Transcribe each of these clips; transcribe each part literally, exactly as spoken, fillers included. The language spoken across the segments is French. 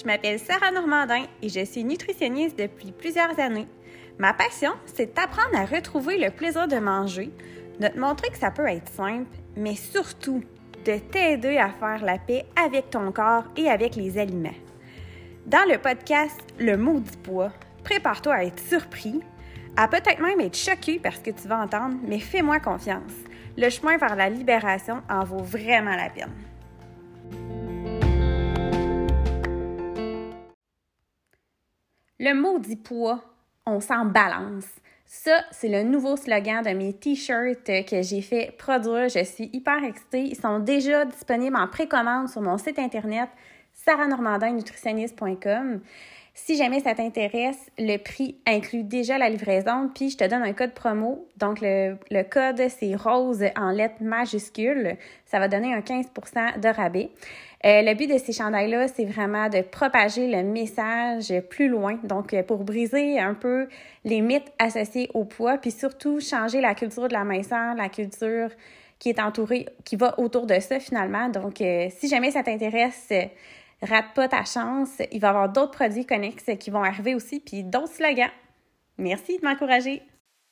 Je m'appelle Sarah Normandin et je suis nutritionniste depuis plusieurs années. Ma passion, c'est d'apprendre à retrouver le plaisir de manger, de te montrer que ça peut être simple, mais surtout de t'aider à faire la paix avec ton corps et avec les aliments. Dans le podcast Le Maudit Poids, prépare-toi à être surpris, à peut-être même être choqué par ce que tu vas entendre, mais fais-moi confiance. Le chemin vers la libération en vaut vraiment la peine. Le maudit poids, on s'en balance. Ça, c'est le nouveau slogan de mes t-shirts que j'ai fait produire. Je suis hyper excitée. Ils sont déjà disponibles en précommande sur mon site internet sarah normandin nutritionniste point com. Si jamais ça t'intéresse, le prix inclut déjà la livraison, puis je te donne un code promo. Donc, le, le code, c'est ROSE en lettres majuscules. Ça va donner un quinze pour cent de rabais. Euh, le but de ces chandails-là, c'est vraiment de propager le message plus loin. Donc, pour briser un peu les mythes associés au poids, puis surtout changer la culture de la minceur, la culture qui est entourée, qui va autour de ça finalement. Donc, euh, si jamais ça t'intéresse, rate pas ta chance. Il va y avoir d'autres produits connexes qui vont arriver aussi, puis d'autres slogans. Merci de m'encourager.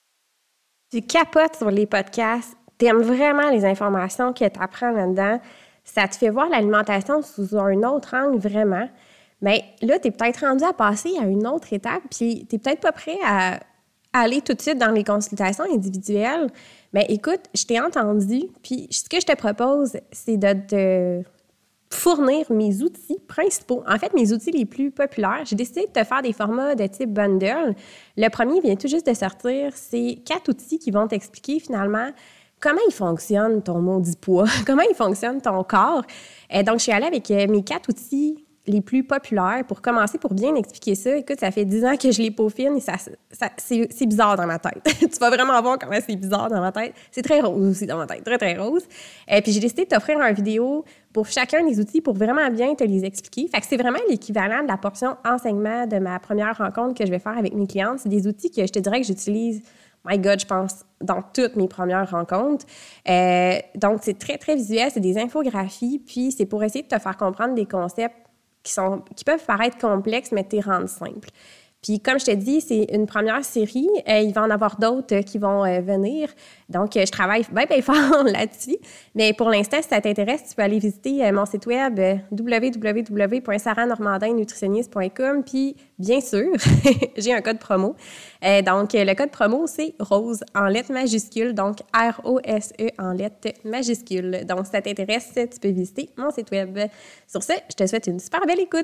Tu capotes sur les podcasts, t'aimes vraiment les informations que tu apprends là-dedans, ça te fait voir l'alimentation sous un autre angle vraiment. Mais là, tu es peut-être rendu à passer à une autre étape, puis tu n'es peut-être pas prêt à, à aller tout de suite dans les consultations individuelles. Mais écoute, je t'ai entendu, puis ce que je te propose, c'est de te fournir mes outils principaux. En fait, mes outils les plus populaires. J'ai décidé de te faire des formats de type bundle. Le premier vient tout juste de sortir. C'est quatre outils qui vont t'expliquer finalement comment il fonctionne ton maudit poids, comment il fonctionne ton corps. Et donc, je suis allée avec mes quatre outils les plus populaires pour commencer, pour bien expliquer ça. Écoute, ça fait dix ans que je les peaufine et ça, ça, c'est, c'est bizarre dans ma tête. Tu vas vraiment voir comment c'est bizarre dans ma tête. C'est très rose aussi dans ma tête, très, très rose. Et puis, j'ai décidé de t'offrir une vidéo pour chacun des outils pour vraiment bien te les expliquer. Fait que c'est vraiment l'équivalent de la portion enseignement de ma première rencontre que je vais faire avec mes clientes. C'est des outils que je te dirais que j'utilise, my God, je pense, dans toutes mes premières rencontres. Euh, donc, c'est très, très visuel. C'est des infographies. Puis, c'est pour essayer de te faire comprendre des concepts qui, sont, qui peuvent paraître complexes, mais t'es rendre simples. Puis, comme je te dis, c'est une première série. Euh, il va en avoir d'autres euh, qui vont euh, venir. Donc, euh, je travaille bien, bien fort là-dessus. Mais pour l'instant, si ça t'intéresse, tu peux aller visiter euh, mon site web euh, w w w point sarah normandin nutritionniste point com. Puis, bien sûr, j'ai un code promo. Euh, donc, euh, le code promo, c'est ROSE en lettres majuscules. Donc, R O S E en lettres majuscules. Donc, si ça t'intéresse, tu peux visiter mon site web. Sur ce, je te souhaite une super belle écoute.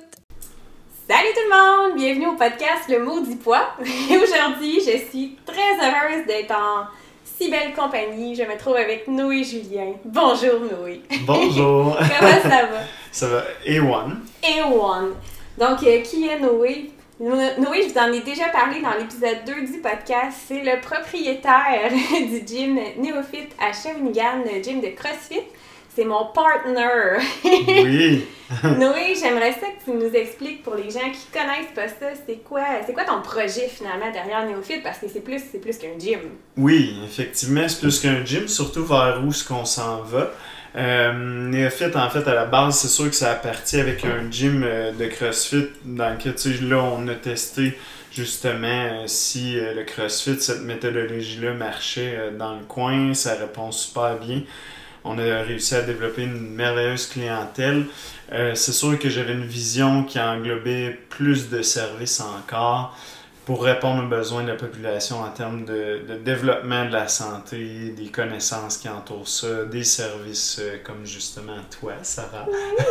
Salut tout le monde! Bienvenue au podcast Le Maudit Poids. Et aujourd'hui, je suis très heureuse d'être en si belle compagnie. Je me trouve avec Noé Julien. Bonjour Noé. Bonjour. Comment ça va? Ça va. A un. A un. Donc, euh, qui est Noé? Noé, je vous en ai déjà parlé dans l'épisode deux du podcast. C'est le propriétaire du gym Néophyte à Shawinigan, le gym de CrossFit. C'est mon partner. Oui. Noé, j'aimerais ça que tu nous expliques pour les gens qui connaissent pas ça, c'est quoi, c'est quoi ton projet finalement derrière Néophyte, parce que c'est plus, c'est plus qu'un gym. Oui, effectivement, c'est plus qu'un gym, surtout vers où est-ce qu'on s'en va. Euh, Néophyte, en fait, à la base, c'est sûr que ça a parti avec un gym euh, de CrossFit dans lequel, tu sais, là, on a testé justement euh, si euh, le CrossFit, cette méthodologie-là marchait euh, dans le coin, ça répond super bien. On a réussi à développer une merveilleuse clientèle. Euh, c'est sûr que j'avais une vision qui englobait plus de services encore pour répondre aux besoins de la population en termes de, de développement de la santé, des connaissances qui entourent ça, des services euh, comme justement toi, Sarah,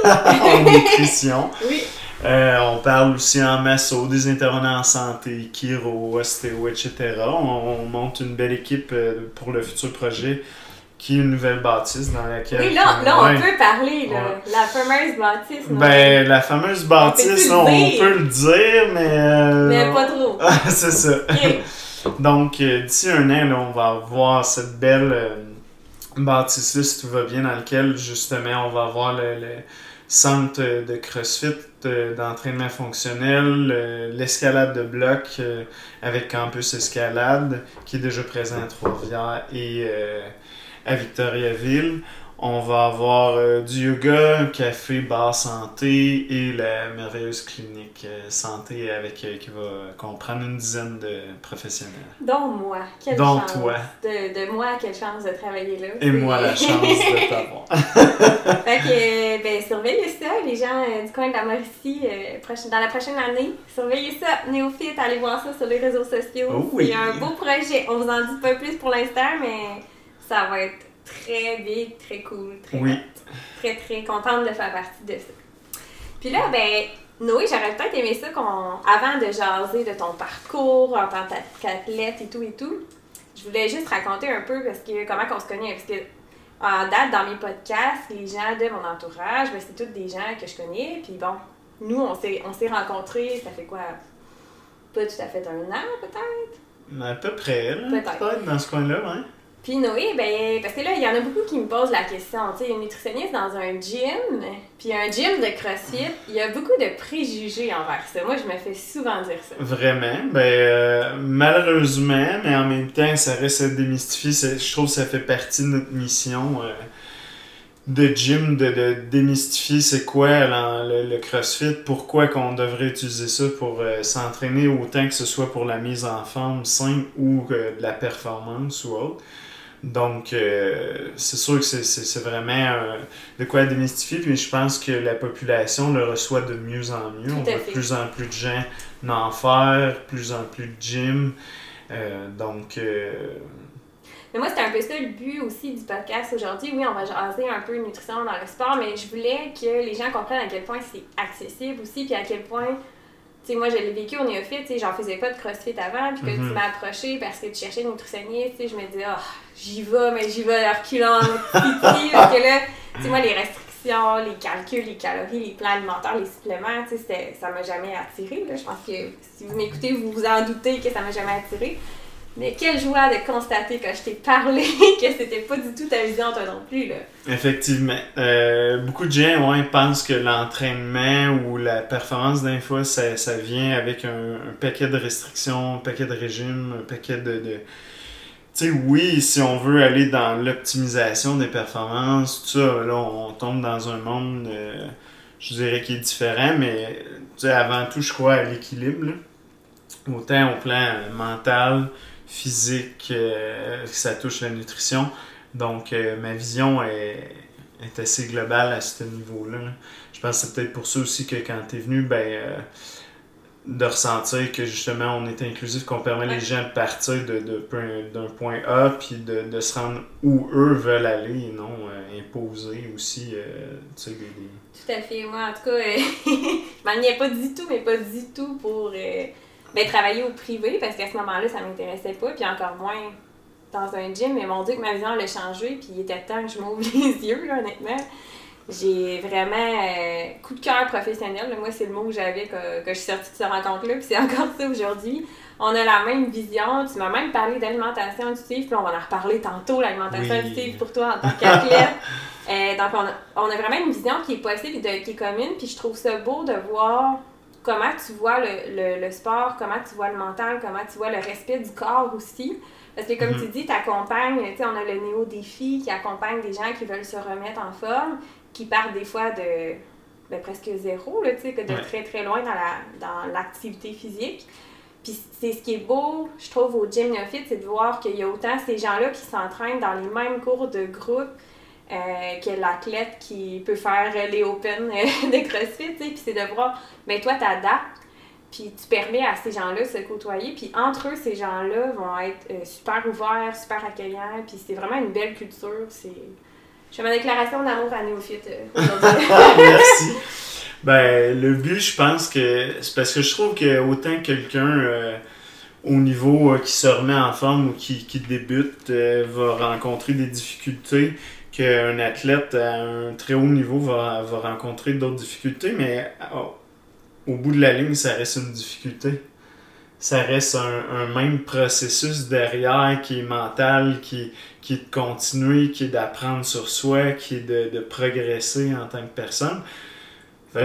en nutrition. Oui. Euh, on parle aussi en masso, des intervenants en santé, chiro, ostéo, et cetera. On, on monte une belle équipe euh, pour le futur projet qui est une nouvelle bâtisse dans laquelle... Oui, là, là ouais, on peut parler, là, ouais. la fameuse bâtisse. Non? Ben, la fameuse bâtisse, on, là, on peut le dire, mais... Euh, mais pas trop. c'est ça. Okay. Donc, euh, d'ici un an, là, on va avoir cette belle euh, bâtisse-là, si tout va bien, dans laquelle, justement, on va avoir le, le centre de CrossFit, euh, d'entraînement fonctionnel, euh, l'escalade de bloc euh, avec Campus Escalade, qui est déjà présent à Trois-Rivières et... Euh, à Victoriaville. On va avoir euh, du yoga, un café, bar santé et la merveilleuse clinique euh, santé avec euh, qui va comprendre une dizaine de professionnels. Dont moi. Quelle Dont chance. toi. De, de moi, quelle chance de travailler là. Et moi, la chance de t'avoir. Fait que, ben, surveillez ça, les gens euh, du coin de la Mauricie, euh, proche- dans la prochaine année. Surveillez ça, Néophyte, allez voir ça sur les réseaux sociaux. Oh oui. C'est un beau projet. On vous en dit pas plus pour l'instant, mais ça va être très big, très cool, très Oui. hot. Très, très contente de faire partie de ça. Puis là, ben, Noé, j'aurais peut-être aimé ça qu'on, avant de jaser de ton parcours en tant qu'athlète et tout et tout, je voulais juste raconter un peu parce que comment qu'on se connaît. Parce que en date, dans mes podcasts, les gens de mon entourage, ben, c'est tous des gens que je connais. Puis bon, nous, on s'est, on s'est rencontrés, ça fait quoi? Pas tout à fait un an, peut-être? À peu près, là. Peut-être. Peut-être dans ce coin-là, ouais. Puis Noé, ben, parce que là, il y en a beaucoup qui me posent la question, tu sais, une nutritionniste dans un gym, puis un gym de CrossFit, il y a beaucoup de préjugés envers ça. Moi, je me fais souvent dire ça. Vraiment. Ben, euh, malheureusement, mais en même temps, ça reste à démystifier. C'est- Je trouve que ça fait partie de notre mission euh, de gym, de, de démystifier c'est quoi la- le, le CrossFit, pourquoi qu'on devrait utiliser ça pour euh, s'entraîner autant que ce soit pour la mise en forme simple ou euh, de la performance ou autre. Donc, euh, c'est sûr que c'est, c'est, c'est vraiment euh, de quoi démystifier, puis je pense que la population le reçoit de mieux en mieux. Tout On à voit fait. plus en plus de gens en faire, plus en plus de gym. Euh, donc, euh, Mais moi, c'était un peu ça le but aussi du podcast aujourd'hui. Oui, on va jaser un peu de nutrition dans le sport, mais je voulais que les gens comprennent à quel point c'est accessible aussi, puis à quel point, tu sais, moi, je l'ai vécu au néophyte, tu sais, j'en faisais pas de CrossFit avant, puis que Mhm. tu m'as approché parce que tu cherchais une nutritionniste, tu sais, je me disais, oh, j'y vais, mais j'y vais à reculant, petit, parce que là, tu sais, moi, les restrictions, les calculs, les calories, les plans alimentaires, les suppléments, tu sais, c'était- ça m'a jamais attiré, là. Je pense que si vous m'écoutez, vous vous en doutez que ça m'a jamais attiré. Mais quelle joie de constater quand je t'ai parlé que c'était pas du tout ta vision, toi non plus, là. effectivement, euh, beaucoup de gens ouais, pensent que l'entraînement ou la performance d'un fois, ça, ça vient avec un, un paquet de restrictions, un paquet de régimes, un paquet de... de... Tu sais, oui, si on veut aller dans l'optimisation des performances, tout ça, là, on tombe dans un monde, euh, je dirais, qui est différent, mais tu sais, avant tout, je crois à l'équilibre, là. Autant au plan euh, mental, physique, euh, que ça touche la nutrition. Donc, euh, ma vision est, est assez globale à ce niveau-là, là. Je pense que c'est peut-être pour ça aussi que quand tu es venu, ben, euh, de ressentir que justement on est inclusif, qu'on permet Ouais. les gens de partir de, de, point- d'un point A, puis de, de se rendre où eux veulent aller et non euh, imposer aussi euh, tu sais, des, des- Tout à fait. Moi, en tout cas, euh, je m'enlignais pas du tout, mais pas du tout pour euh, ben, travailler au privé, parce qu'à ce moment-là, ça m'intéressait pas, puis encore moins dans un gym. Mais mon Dieu, que ma vision elle a changé, puis il était temps que je m'ouvre les yeux, là, honnêtement. J'ai vraiment euh, coup de cœur professionnel. Là. Moi, c'est le mot que j'avais quand, quand je suis sortie de cette rencontre-là, puis c'est encore ça aujourd'hui. On a la même vision. Tu m'as même parlé d'alimentation intuitive, puis on va en reparler tantôt, l'alimentation Oui. intuitive pour toi en tant qu'athlète. Euh, donc, on a, on a vraiment une vision qui est possible et de- qui est commune, puis je trouve ça beau de voir comment tu vois le, le, le sport, comment tu vois le mental, comment tu vois le respect du corps aussi. Parce que comme Mhm. tu dis, tu accompagnes, tu sais, on a le Néo-Défi qui accompagne des gens qui veulent se remettre en forme, qui partent des fois de ben, presque zéro, là, tu sais, que de Ouais. très très loin dans la dans l'activité physique. Puis c'est ce qui est beau, je trouve, au Gym Néophyte, c'est de voir qu'il y a autant ces gens-là qui s'entraînent dans les mêmes cours de groupe euh, que l'athlète qui peut faire les Open euh, de CrossFit, tu sais. Puis c'est de voir, ben toi, t'adaptes, puis tu permets à ces gens-là de se côtoyer. Puis entre eux, ces gens-là vont être euh, super ouverts, super accueillants. Puis c'est vraiment une belle culture. C'est... Je fais ma déclaration d'amour à Néophyte euh, aujourd'hui. Merci. Ben, le but, je pense que c'est parce que je trouve que autant quelqu'un euh, au niveau euh, qui se remet en forme ou qui, qui débute euh, va rencontrer des difficultés, qu'un athlète à un très haut niveau va, va rencontrer d'autres difficultés, mais oh, au bout de la ligne, ça reste une difficulté. Ça reste un, un même processus derrière qui est mental, qui, qui est de continuer, qui est d'apprendre sur soi, qui est de, de progresser en tant que personne. Fait, je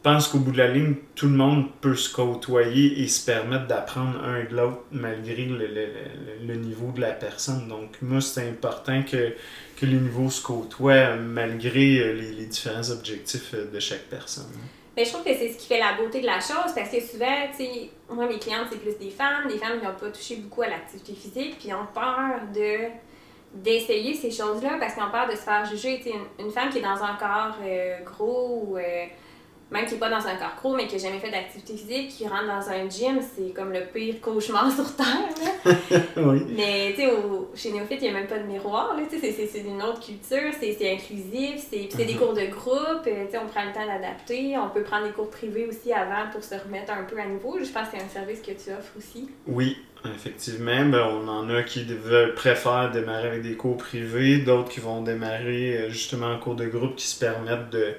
pense qu'au bout de la ligne, tout le monde peut se côtoyer et se permettre d'apprendre un de l'autre malgré le, le, le, le niveau de la personne. Donc, moi, c'est important que, que les niveaux se côtoient malgré les, les différents objectifs de chaque personne. Mais je trouve que c'est ce qui fait la beauté de la chose, parce que souvent, tu sais, moi, mes clientes, c'est plus des femmes, des femmes qui n'ont pas touché beaucoup à l'activité physique, puis ont peur de d'essayer ces choses-là, parce qu'ils ont peur de se faire juger. Tu sais, une, une femme qui est dans un corps euh, gros, ou euh, même qui n'est pas dans un corps gros, mais qui n'a jamais fait d'activité physique, qui rentre dans un gym, c'est comme le pire cauchemar sur Terre, là. Oui. Mais, tu sais, chez Néophyte, il n'y a même pas de miroir, là, tu sais, c'est, c'est une autre culture, c'est, c'est inclusif, c'est, c'est des cours de groupe, tu sais, on prend le temps d'adapter, on peut prendre des cours privés aussi avant pour se remettre un peu à niveau. Je pense que c'est un service que tu offres aussi. Oui, effectivement, ben, on en a qui veulent, préfèrent démarrer avec des cours privés, d'autres qui vont démarrer justement en cours de groupe qui se permettent de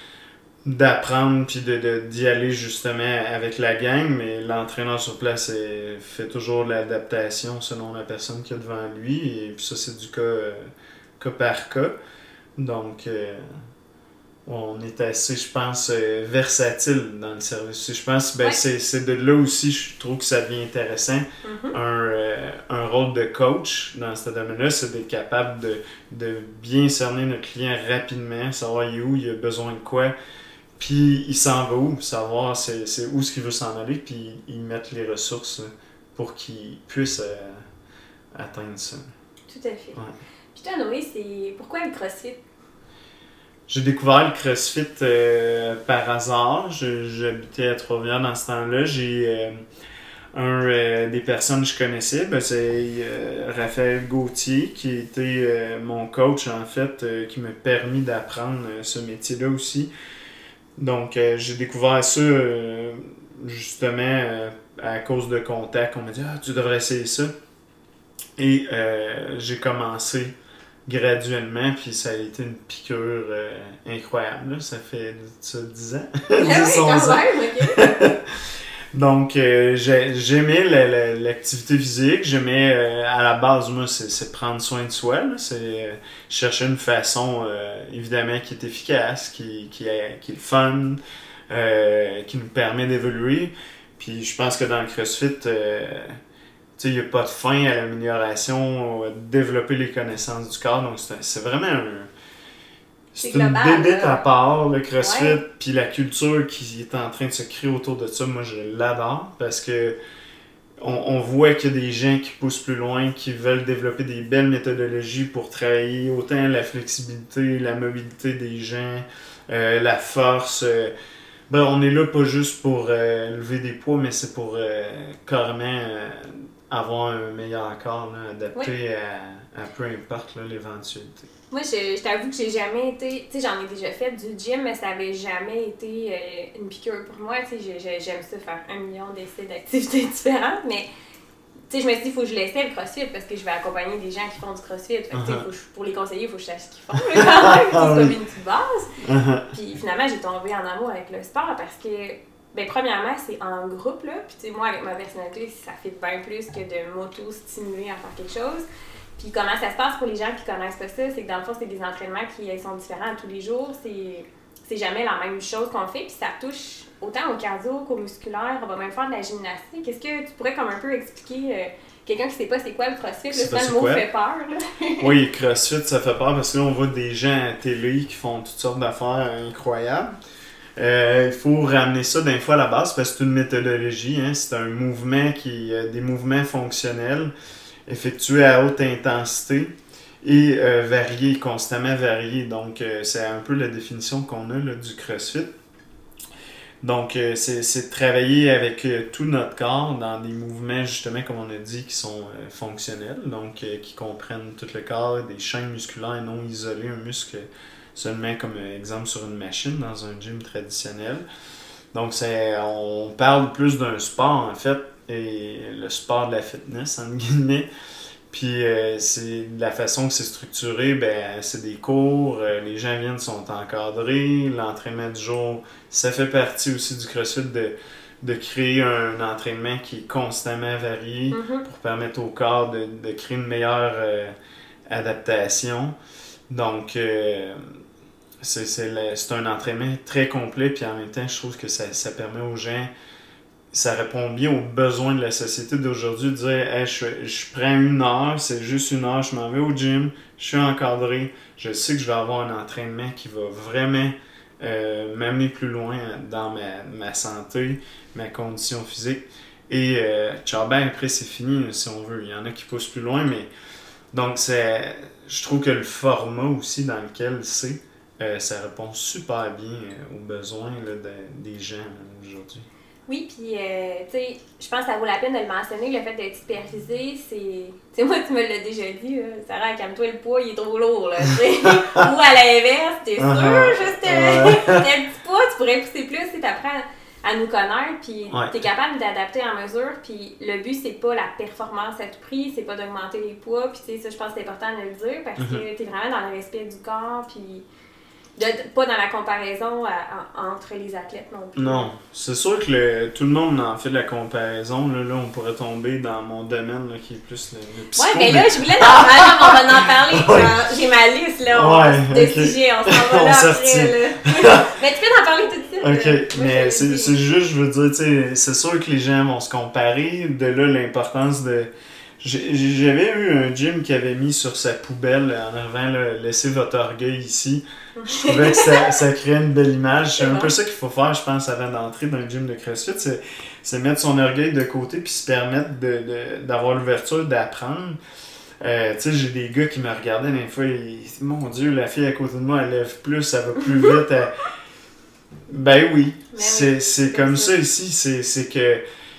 d'apprendre puis de, de, d'y aller justement avec la gang, mais l'entraîneur sur place est, fait toujours de l'adaptation selon la personne qui est devant lui, et puis ça c'est du cas, euh, cas par cas. Donc euh, on est assez, je pense, euh, versatile dans le service. Je pense ben, ouais. c'est, c'est de là aussi je trouve que ça devient intéressant. Mm-hmm. un, euh, un rôle de coach dans ce domaine-là, c'est d'être capable de, de bien cerner notre client rapidement, savoir il est où, il a besoin de quoi, puis il s'en va où, savoir c'est, c'est où ce qu'il veut s'en aller, puis ils mettent les ressources pour qu'il puisse euh, atteindre ça. Tout à fait. Ouais. Puis toi, Noé, c'est pourquoi le CrossFit? J'ai découvert le CrossFit euh, par hasard. Je, j'habitais à Trois-Rivières dans ce temps-là. J'ai euh, un euh, des personnes que je connaissais, ben, c'est euh, Raphaël Gauthier, qui était euh, mon coach, en fait, euh, qui m'a permis d'apprendre euh, ce métier-là aussi. Donc, euh, j'ai découvert ça euh, justement euh, à cause de contacts. On m'a dit « Ah, tu devrais essayer ça. » Et euh, j'ai commencé graduellement, puis ça a été une piqûre euh, incroyable. Là. Ça fait ça, dix ans. dix, onze ans. Okay. Donc, euh, j'ai, j'aimais la, la, l'activité physique. J'aimais, euh, à la base, moi, c'est, c'est prendre soin de soi. Là. C'est euh, chercher une façon, euh, évidemment, qui est efficace, qui, qui, est, qui est le fun, euh, qui nous permet d'évoluer. Puis, je pense que dans le CrossFit, euh, tu sais, il n'y a pas de fin à l'amélioration, à développer les connaissances du corps. Donc, c'est, c'est vraiment un... C'est, c'est une bébête à part, le CrossFit, ouais. Puis la culture qui est en train de se créer autour de ça, moi je l'adore parce que on, on voit qu'il y a des gens qui poussent plus loin, qui veulent développer des belles méthodologies pour travailler autant la flexibilité, la mobilité des gens, euh, la force. Euh, ben, on est là pas juste pour euh, lever des poids, mais c'est pour euh, carrément euh, avoir un meilleur corps là, adapté oui. à, à peu importe là, l'éventualité. Moi, je, je t'avoue que j'ai jamais été... Tu sais, j'en ai déjà fait du gym, mais ça avait jamais été euh, une piqûre pour moi. Tu sais, j'aime ça faire un million d'essais d'activités différentes, mais tu sais, je me suis dit, il faut que je l'essaie le CrossFit parce que je vais accompagner des gens qui font du CrossFit. Fait que, uh-huh. tu sais, faut, pour les conseiller, il faut que je sache ce qu'ils font, là, quand même. C'est comme une petite base. Uh-huh. Puis finalement, j'ai tombé en amour avec le sport parce que, ben premièrement, c'est en groupe, là. Puis tu sais, moi, avec ma personnalité, ça fait bien plus que de m'auto-stimuler à faire quelque chose. Puis comment ça se passe pour les gens qui connaissent pas ça, c'est que dans le fond, c'est des entraînements qui sont différents tous les jours. C'est, c'est jamais la même chose qu'on fait. Puis ça touche autant au cardio qu'au musculaire. On va même faire de la gymnastique. Est-ce que tu pourrais comme un peu expliquer euh, quelqu'un qui sait pas c'est quoi le CrossFit? Là, souvent, le mot quoi? Fait peur. Là. Oui, CrossFit, ça fait peur parce que là, on voit des gens à télé qui font toutes sortes d'affaires incroyables. Euh, il faut ramener ça d'un fois à la base parce que c'est une méthodologie. Hein? C'est un mouvement qui a des mouvements fonctionnels effectué à haute intensité et euh, varié, constamment varié. Donc, euh, c'est un peu la définition qu'on a là, du CrossFit. Donc, euh, c'est, c'est de travailler avec euh, tout notre corps dans des mouvements, justement, comme on a dit, qui sont euh, fonctionnels, donc euh, qui comprennent tout le corps, des chaînes musculaires non isolées, un muscle seulement comme euh, exemple sur une machine dans un gym traditionnel. Donc, c'est, on parle plus d'un sport, en fait, et le sport de la fitness, entre guillemets. Puis euh, c'est la façon que c'est structuré, ben c'est des cours, euh, les gens viennent, sont encadrés, l'entraînement du jour, ça fait partie aussi du CrossFit de, de créer un entraînement qui est constamment varié mm-hmm. pour permettre au corps de, de créer une meilleure euh, adaptation. Donc, euh, c'est, c'est, le, c'est un entraînement très complet, puis en même temps, je trouve que ça, ça permet aux gens, ça répond bien aux besoins de la société d'aujourd'hui, de dire hey, je, je prends une heure, c'est juste une heure, je m'en vais au gym, je suis encadré, je sais que je vais avoir un entraînement qui va vraiment euh, m'amener plus loin dans ma, ma santé, ma condition physique. Et euh, ciao, ben après c'est fini si on veut. Il y en a qui poussent plus loin, mais donc c'est, je trouve que le format aussi dans lequel c'est, euh, ça répond super bien aux besoins là, de, des gens là, aujourd'hui. Oui, puis, euh, tu sais, je pense que ça vaut la peine de le mentionner, le fait d'être supervisé, c'est... Tu sais, moi, tu me l'as déjà dit, là, Sarah, calme-toi, le poids, il est trop lourd, là, tu sais. Ou à l'inverse, t'es sûr, uh-huh. juste euh, uh-huh. t'as un petit poids, tu pourrais pousser plus, tu t'apprends à nous connaître, puis ouais. t'es capable d'adapter en mesure, puis le but, c'est pas la performance à tout prix, c'est pas d'augmenter les poids, puis tu sais, ça, je pense que c'est important de le dire, parce uh-huh. que t'es vraiment dans le respect du corps, puis... De, pas dans la comparaison à, à, entre les athlètes non plus. Non, c'est sûr que le, tout le monde en fait de la comparaison. Là, là, on pourrait tomber dans mon domaine là, qui est plus le, le psycho. Ouais, mais là, je voulais en parler, on va en parler. Ouais. J'ai ma liste là, on, ouais, de okay. sujets, on s'en va là après. Là. Mais tu peux en parler tout de suite. Ok, là. mais Moi, c'est, c'est juste, je veux dire, tu sais, c'est sûr que les gens vont se comparer. De là, l'importance de... J'avais eu un gym qui avait mis sur sa poubelle en arrivant là, laissez votre orgueil ici. Je trouvais que ça, ça créait une belle image. C'est un peu ça qu'il faut faire, je pense, avant d'entrer dans un gym de CrossFit. C'est, c'est mettre son orgueil de côté puis se permettre de, de, d'avoir l'ouverture d'apprendre. Euh, tu sais, j'ai des gars qui me regardaient des fois, ils disent mon Dieu, la fille à côté de moi, elle lève plus, ça va plus vite. Elle... Ben oui, ben c'est, oui. c'est comme ça ici. C'est, c'est que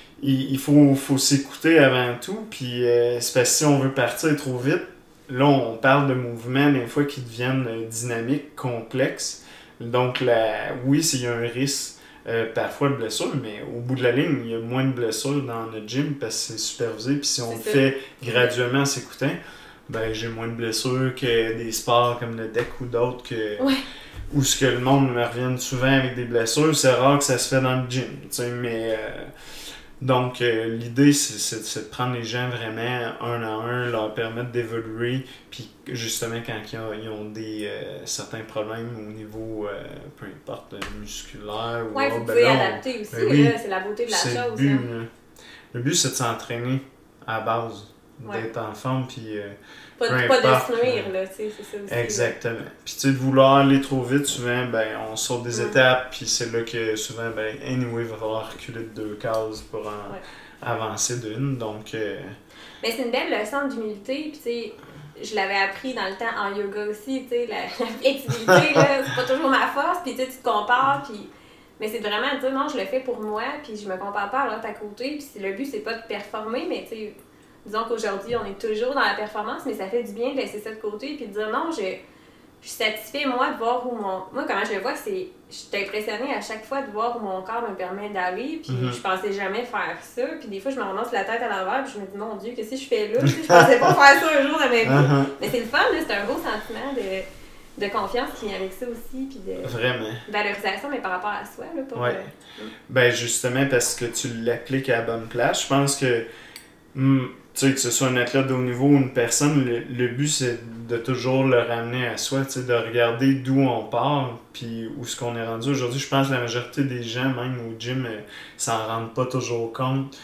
il faut, faut s'écouter avant tout, puis euh, c'est parce que si on veut partir trop vite, là on parle de mouvements des fois qui deviennent euh, dynamiques, complexes, donc la, oui il y a un risque euh, parfois de blessure, mais au bout de la ligne, il y a moins de blessures dans notre gym parce que c'est supervisé, puis si on c'est le ça. fait graduellement en s'écoutant, ben j'ai moins de blessures que des sports comme le deck ou d'autres que... Ouais. Où ce que le monde me revienne souvent avec des blessures, c'est rare que ça se fait dans le gym, tu sais, mais... Euh, Donc, euh, l'idée, c'est, c'est, c'est de prendre les gens vraiment un à un, leur permettre d'évoluer, puis justement, quand ils ont, ils ont des, euh, certains problèmes au niveau, euh, peu importe, musculaire ou... Oui, vous pouvez ben adapter aussi, ben oui, là, c'est la beauté de la c'est chose. Le but, hein. Le but, c'est de s'entraîner à la base, ouais. d'être en forme, puis... Euh, pas, de, pas de se nuire, là, tu sais, c'est ça aussi. Exactement. Là. Puis, tu sais, de vouloir aller trop vite, souvent, ben, on saute des mm. étapes, puis c'est là que souvent, ben, anyway, il va falloir reculer de deux cases pour en ouais. avancer d'une, donc... Euh... Mais c'est une belle leçon d'humilité, puis tu sais, je l'avais appris dans le temps en yoga aussi, tu sais, la, la flexibilité, là, c'est pas toujours ma force, puis tu te compares, puis... Mais c'est vraiment de dire, non, je le fais pour moi, puis je me compare pas à l'autre à côté, puis le but, c'est pas de performer, mais tu sais... Disons qu'aujourd'hui, on est toujours dans la performance, mais ça fait du bien de laisser ça de côté et de dire non, je, je suis satisfait, moi, de voir où mon... Moi, comment je le vois, c'est... Je suis impressionnée à chaque fois de voir où mon corps me permet d'aller, puis mm-hmm. je pensais jamais faire ça. Puis des fois, je me ramasse la tête à l'envers, puis je me dis, mon Dieu, qu'est-ce que je fais là? Je pensais pas faire ça un jour dans ma vie. Uh-huh. Mais c'est le fun, là, c'est un beau sentiment de, de confiance qui vient avec ça aussi, puis de... Vraiment. Valorisation, mais par rapport à soi, là, pour... Ouais. Euh... Ben, justement, parce que tu l'appliques à la bonne place, je pense que... Hmm, tu sais, que ce soit un athlète de haut niveau ou une personne, le, le but, c'est de toujours le ramener à soi, tu sais, de regarder d'où on part, puis où est-ce qu'on est rendu. Aujourd'hui, je pense que la majorité des gens, même au gym, euh, s'en rendent pas toujours compte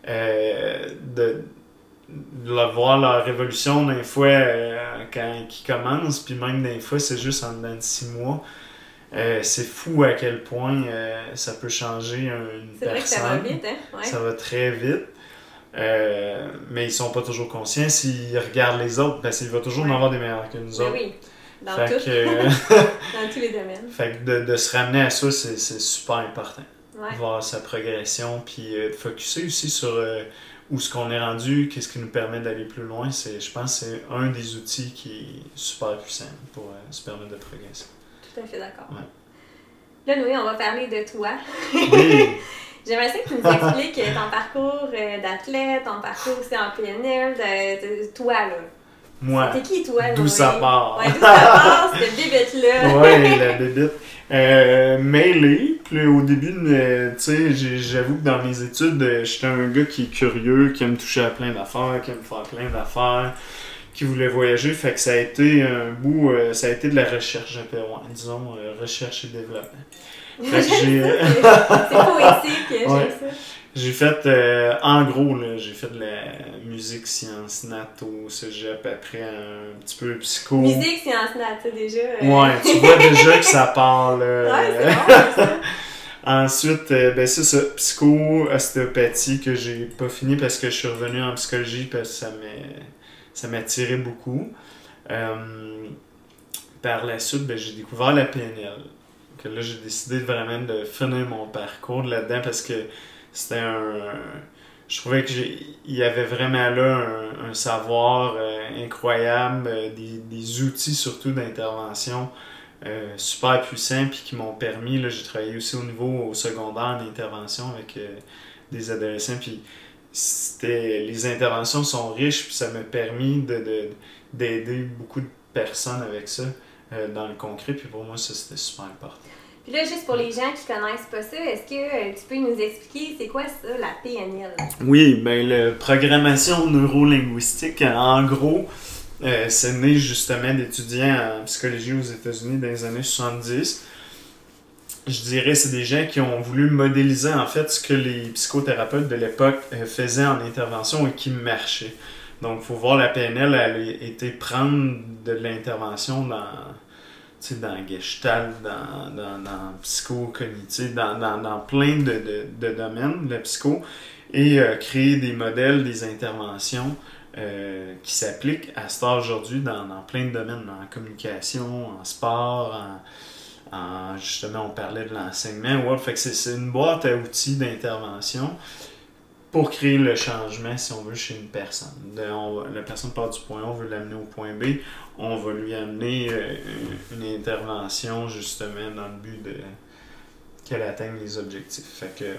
euh, de, de voir leur évolution des fois euh, quand ils commencent, puis même des fois, c'est juste en dedans de six mois. Euh, c'est fou à quel point euh, ça peut changer une c'est personne. C'est vrai que ça va vite, hein? Ouais. Ça va très vite. Euh, mais ils sont pas toujours conscients. S'ils regardent les autres, ben, il va toujours ouais. en avoir des meilleurs que nous mais autres. Oui, dans, fait tout. Que, dans tous les domaines. Fait que de, de se ramener à ça, c'est, c'est super important. Ouais. Voir sa progression, puis euh, de focusser aussi sur euh, où ce qu'on est rendu, qu'est-ce qui nous permet d'aller plus loin. C'est, je pense que c'est un des outils qui est super puissant pour euh, se permettre de progresser. Tout à fait d'accord. Ouais. Là, Noé, on va parler de toi. Oui. J'aimerais ça que tu nous expliques ton parcours d'athlète, ton parcours aussi en P N L, de, de toi, là. Moi. T'es qui, toi, D'où ça part. Ouais, d'où ça part, cette bébête-là. Ouais, la bébête. Euh, mêlée. Puis au début, euh, tu sais, j'avoue que dans mes études, j'étais un gars qui est curieux, qui aime toucher à plein d'affaires, qui aime faire plein d'affaires, qui voulaient voyager. Fait que ça a été un bout, euh, ça a été de la recherche, ouais, disons, euh, recherche et développement. Fait que j'ai... C'est poétique, j'aime ouais. ça. J'ai fait, euh, en gros, là, j'ai fait de la musique sciences nat au cégep, après un petit peu psycho. Musique, sciences nat, ça, déjà. Euh... Ouais, tu vois déjà que ça parle. Euh... Ouais, c'est bon, ça. Ensuite, euh, ben c'est ça, psycho, ostéopathie, que j'ai pas fini parce que je suis revenu en psychologie parce que ça m'a, ça m'attirait beaucoup. Euh, par la suite, ben, j'ai découvert la P N L. Que là, j'ai décidé vraiment de finir mon parcours là-dedans parce que c'était un... Je trouvais qu'il y avait vraiment là un, un savoir euh, incroyable, euh, des, des outils surtout d'intervention euh, super puissants puis qui m'ont permis, là, j'ai travaillé aussi au niveau au secondaire d'intervention avec euh, des adolescents puis c'était, les interventions sont riches puis ça m'a permis de, de, d'aider beaucoup de personnes avec ça euh, dans le concret puis pour moi ça c'était super important. Puis là, juste pour les gens qui connaissent pas ça, est-ce que euh, tu peux nous expliquer c'est quoi ça, la P N L? Oui, ben la programmation neurolinguistique, en gros, euh, c'est né justement d'étudiants en psychologie aux États-Unis dans les années soixante-dix. Je dirais c'est des gens qui ont voulu modéliser en fait ce que les psychothérapeutes de l'époque euh, faisaient en intervention et qui marchait. Donc, il faut voir la P N L, elle a été prendre de l'intervention dans... Tu sais, dans Gestalt, dans, dans, dans psycho-cognitif, dans, dans, dans plein de, de, de domaines de la psycho, et euh, créer des modèles, des interventions euh, qui s'appliquent à cet âge aujourd'hui dans, dans plein de domaines, en communication, en sport, en, en justement, on parlait de l'enseignement. Ouais, fait que c'est, c'est une boîte à outils d'intervention pour créer le changement, si on veut, chez une personne. De, on, la personne part du point A, on veut l'amener au point B, on va lui amener euh, une, une intervention, justement, dans le but de qu'elle atteigne les objectifs. Fait que,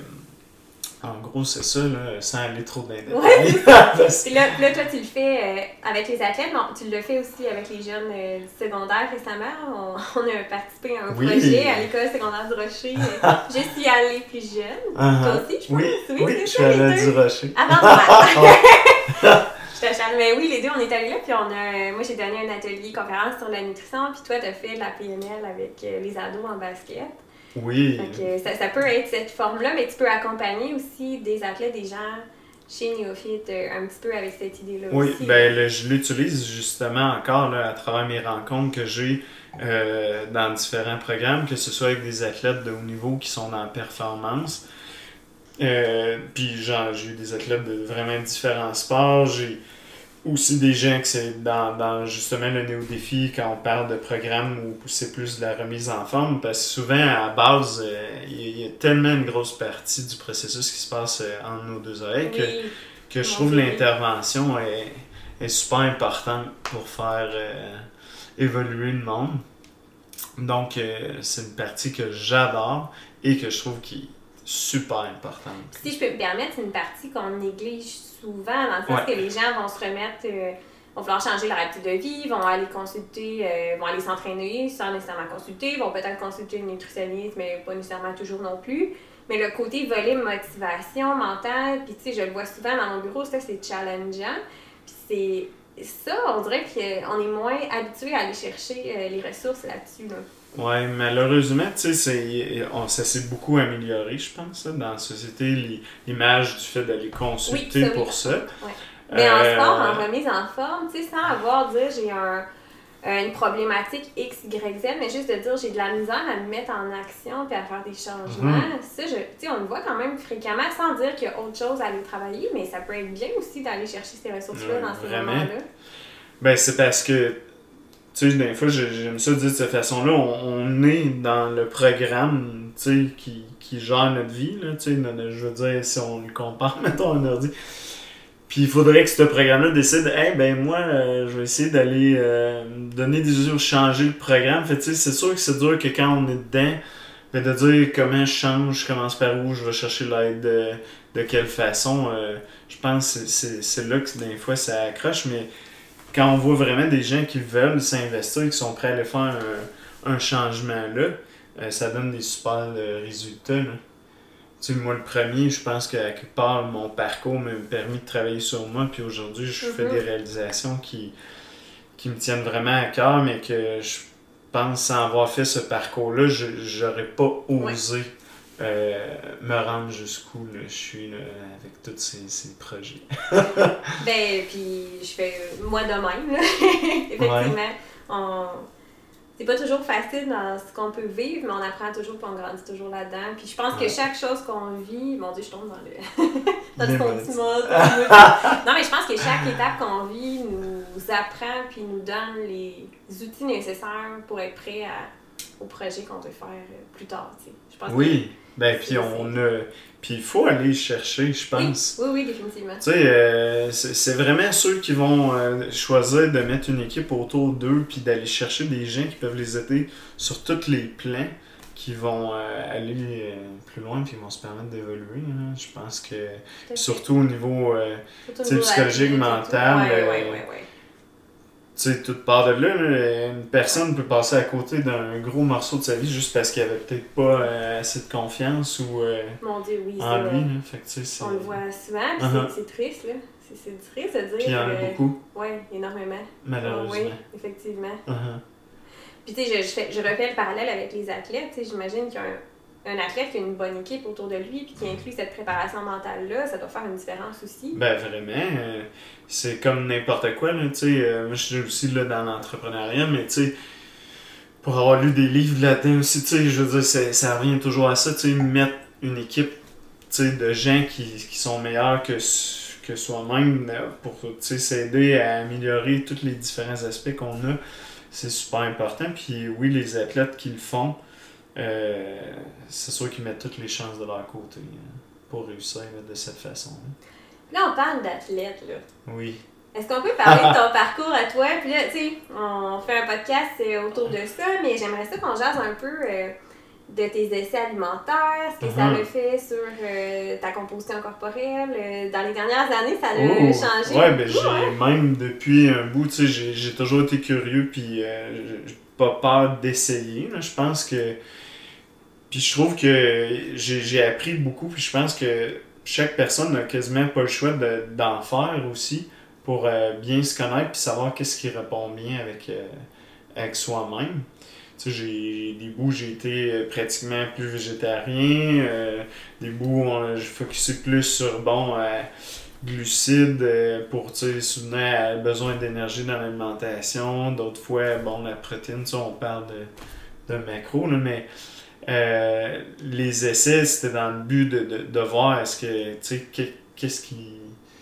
en gros, c'est ça, là, sans aller trop dans les détails. Ouais, Parce... Puis là, là, toi, tu le fais euh, avec les athlètes, mais tu le fais aussi avec les jeunes euh, du secondaire récemment. On, on a participé à un oui. projet à l'école secondaire du Rocher. Euh, je suis allée plus jeune. Uh-huh. Toi aussi, je pense. Oui, oui, oui je ça, suis allée du Rocher. Avant moi. Je t'achète. Mais oui, les deux, on est allés là. Puis on a, moi, j'ai donné un atelier conférence sur la nutrition. Puis toi, tu as fait de la P N L avec euh, les ados en basket. Oui. Donc, ça, ça peut être cette forme-là, mais tu peux accompagner aussi des athlètes, des gens chez Néophyte euh, un petit peu avec cette idée-là oui, aussi. Oui, ben là, je l'utilise justement encore là, à travers mes rencontres que j'ai euh, dans différents programmes, que ce soit avec des athlètes de haut niveau qui sont en performance. Euh, puis genre, j'ai eu des athlètes de vraiment différents sports. J'ai aussi des gens que c'est dans, dans justement le néo-défi quand on parle de programme où c'est plus de la remise en forme parce que souvent à la base euh, il y a tellement une grosse partie du processus qui se passe euh, entre nos deux oreilles que, oui. que je trouve l'intervention est, est super importante pour faire euh, évoluer le monde. Donc euh, c'est une partie que j'adore et que je trouve qui super importante. Si je peux me permettre, c'est une partie qu'on néglige souvent, dans le sens ouais. que les gens vont se remettre, euh, vont vouloir changer leur habitude de vie, vont aller consulter, euh, vont aller s'entraîner sans nécessairement consulter, vont peut-être consulter une nutritionniste, mais pas nécessairement toujours non plus. Mais le côté volet motivation mentale, puis tu sais, je le vois souvent dans mon bureau, ça c'est challengeant. Puis c'est ça, on dirait qu'on est moins habitué à aller chercher euh, les ressources là-dessus. Là. Oui, malheureusement, tu sais, ça s'est beaucoup amélioré, je pense, là, dans la société, l'image du fait d'aller consulter oui, ça, pour oui. ça. Ouais. Mais euh... en sport, en remise en forme, tu sais, sans avoir dire j'ai un, une problématique X, Y, Z, mais juste de dire j'ai de la misère à me mettre en action puis à faire des changements, mm-hmm. ça, je, tu sais, on le voit quand même fréquemment, sans dire qu'il y a autre chose à aller travailler, mais ça peut être bien aussi d'aller chercher ces ressources-là mmh, dans ces vraiment. moments-là. Ben, c'est parce que tu sais, des fois, j'aime ça dire de cette façon-là, on, on est dans le programme, tu sais, qui, qui gère notre vie, là, tu sais, je veux dire, si on le compare, mettons, un ordi. Puis il faudrait que ce programme-là décide, « Hey, ben moi, euh, je vais essayer d'aller euh, donner des mesures, changer le programme. » Fait tu sais, c'est sûr que c'est dur que quand on est dedans, ben, de dire comment je change, je commence par où, je vais chercher l'aide, de, de quelle façon. Euh, je pense que c'est là que des fois ça accroche, mais quand on voit vraiment des gens qui veulent s'investir, qui sont prêts à aller faire un, un changement là, euh, ça donne des super euh, résultats. Là. Tu sais, moi, le premier, je pense qu'à quelque part, mon parcours m'a permis de travailler sur moi, puis aujourd'hui, je mm-hmm. fais des réalisations qui, qui me tiennent vraiment à cœur, mais que je pense, sans avoir fait ce parcours-là, je j'aurais pas osé ouais. euh, me rendre jusqu'où là, je suis là, avec tous ces, ces projets. Ben, puis je fais moi de même, là. Effectivement. Ouais. On... C'est pas toujours facile dans ce qu'on peut vivre, mais on apprend toujours et on grandit toujours là-dedans. Puis je pense ouais. que chaque chose qu'on vit... Mon Dieu, je tombe dans le... dans le sentiment. Non, mais je pense que chaque étape qu'on vit nous apprend puis nous donne les outils nécessaires pour être prêt à... au projet qu'on veut faire plus tard, tu sais. Je pense oui, que ben puis on a... Puis il faut aller chercher, je pense. Oui, oui, oui, définitivement. Tu sais, euh, c'est vraiment ceux qui vont euh, choisir de mettre une équipe autour d'eux puis d'aller chercher des gens qui peuvent les aider sur tous les plans qui vont euh, aller euh, plus loin puis qui vont se permettre d'évoluer. Hein. Je pense que surtout au niveau, euh, surtout psychologique, vie, mental, ouais, ouais, ouais, ouais. Tu sais, toute part de là, là, une personne peut passer à côté d'un gros morceau de sa vie juste parce qu'elle avait peut-être pas euh, assez de confiance ou euh, Mon Dieu, oui, en lui. Là. Fait que, tu sais, on le voit souvent, puis uh-huh. c'est triste. là. C'est triste de dire. Puis il y en a euh, beaucoup. Oui, énormément. Malheureusement. Oui, effectivement. Uh-huh. Puis tu sais, je, je, fais, je refais le parallèle avec les athlètes. Tu sais, j'imagine qu'il y a un... Un athlète qui a une bonne équipe autour de lui puis qui inclut cette préparation mentale-là, ça doit faire une différence aussi. Ben vraiment, euh, c'est comme n'importe quoi, là, tu sais, euh, moi je suis aussi là, dans l'entrepreneuriat, mais tu sais, pour avoir lu des livres là-dedans aussi, tu sais, je veux dire, ça revient toujours à ça, tu sais, mettre une équipe, tu sais, de gens qui, qui sont meilleurs que, que soi-même pour, tu sais, s'aider à améliorer tous les différents aspects qu'on a, c'est super important, puis oui, les athlètes qui le font, Euh, c'est sûr qu'ils mettent toutes les chances de leur côté hein, pour réussir là, de cette façon. Là, là on parle d'athlète, là. Oui. Est-ce qu'on peut parler de ton parcours à toi? Puis là, tu sais, on fait un podcast autour de ça, mais j'aimerais ça qu'on jase un peu euh, de tes essais alimentaires, ce que uh-huh. ça a fait sur euh, ta composition corporelle. Euh, dans les dernières années, ça a oh, changé. Ouais, ben j'ai ouais. même depuis un bout, tu sais, j'ai toujours été curieux, puis euh, j'ai pas peur d'essayer. Je pense que Puis je trouve que j'ai appris beaucoup, puis je pense que chaque personne n'a quasiment pas le choix d'en de, faire aussi pour euh, bien se connaître puis savoir qu'est-ce qui répond bien avec, euh, avec soi-même. Tu sais, j'ai des bouts, j'ai été pratiquement plus végétarien, euh, des bouts où je focusais plus sur, bon, euh, glucides euh, pour, tu sais, soutenir à besoin d'énergie dans l'alimentation. D'autres fois, bon, la protéine, tu sais, on parle de, de macros, là, mais Euh, les essais, c'était dans le but de, de, de voir est-ce que, tu sais, qu'est-ce qui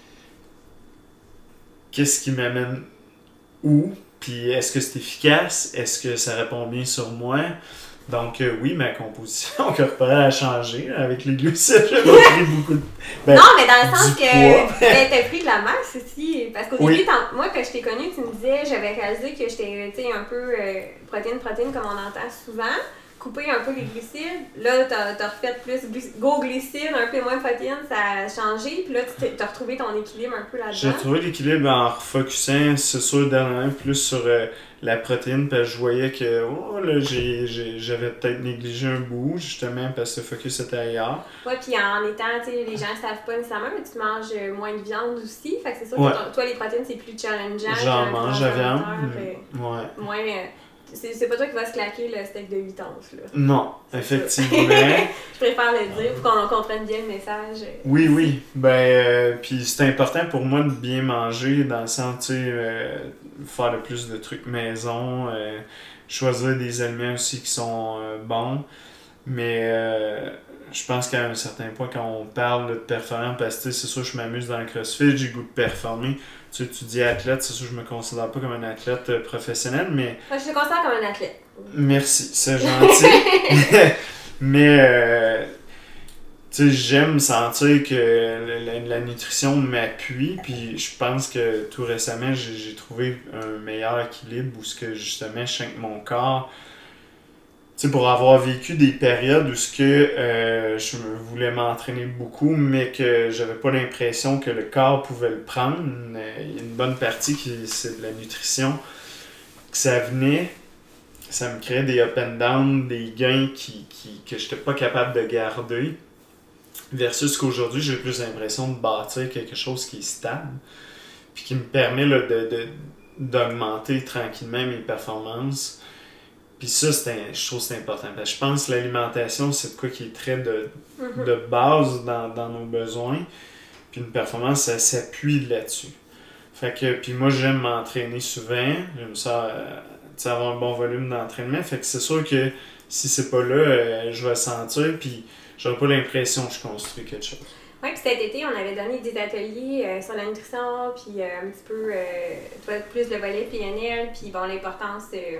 qu'est-ce qui m'amène où, puis est-ce que c'est efficace, est-ce que ça répond bien sur moi. Donc euh, oui, ma composition corporelle a changé avec les glucides, j'ai pris beaucoup de... Ben, non, mais dans le sens que ben, t'as pris de la masse aussi, parce qu'au oui. début, moi, quand je t'ai connue, tu me disais, j'avais réalisé que j'étais, tu sais, un peu euh, protéine-protéine, comme on entend souvent, couper un peu les glucides. Là, t'as as refait plus go glucides, un peu moins protéines, ça a changé. Puis là, tu as retrouvé ton équilibre un peu là-dedans. J'ai retrouvé l'équilibre en refocusant, c'est sûr, dernièrement, plus sur euh, la protéine, parce que je voyais que oh, là, j'avais peut-être négligé un bout, justement, parce que le focus était ailleurs. Ouais, puis en étant, tu sais, les gens ne savent pas nécessairement, mais tu manges moins de viande aussi. Fait que c'est sûr ouais. que toi, les protéines, c'est plus challengeant. J'en mange la viande. Euh, ouais. Moins. Euh, C'est pas toi qui vas se claquer le steak de huit onces, là. Non, effectivement. Je préfère le dire pour qu'on comprenne bien le message. Oui, oui. Ben, euh, puis c'est important pour moi de bien manger, dans le sens, tu sais, euh, faire le plus de trucs maison, euh, choisir des aliments aussi qui sont euh, bons. Mais euh, je pense qu'à un certain point, quand on parle de performance, parce que c'est sûr, je m'amuse dans le CrossFit, j'ai goût de performer. Tu sais, tu dis athlète, c'est sûr, je me considère pas comme un athlète euh, professionnel, mais... Moi, je te considère comme un athlète. Merci, c'est gentil. mais, euh, tu sais, j'aime sentir que la, la nutrition m'appuie, puis je pense que tout récemment, j'ai trouvé un meilleur équilibre où ce que, justement, je sens que mon corps... Tu sais, pour avoir vécu des périodes où ce que euh, je voulais m'entraîner beaucoup, mais que j'avais pas l'impression que le corps pouvait le prendre. Il y a une bonne partie qui c'est de la nutrition. Que ça venait, ça me créait des up and down, des gains qui, qui, que j'étais pas capable de garder. Versus qu'aujourd'hui, j'ai plus l'impression de bâtir quelque chose qui est stable. Puis qui me permet là, de, de, d'augmenter tranquillement mes performances. Puis ça, c'est un, je trouve que c'est important. Parce que je pense que l'alimentation, c'est de quoi qui est très de, mm-hmm. de base dans, dans nos besoins. Puis une performance, ça s'appuie là-dessus. Fait que, puis moi, j'aime m'entraîner souvent. J'aime ça, euh, avoir un bon volume d'entraînement. Fait que c'est sûr que si c'est pas là, euh, je vais sentir. Puis j'aurai pas l'impression que je construis quelque chose. Oui, puis cet été, on avait donné des ateliers euh, sur la nutrition, puis euh, un petit peu, euh, toi, plus le volet P N L, puis bon, l'importance euh,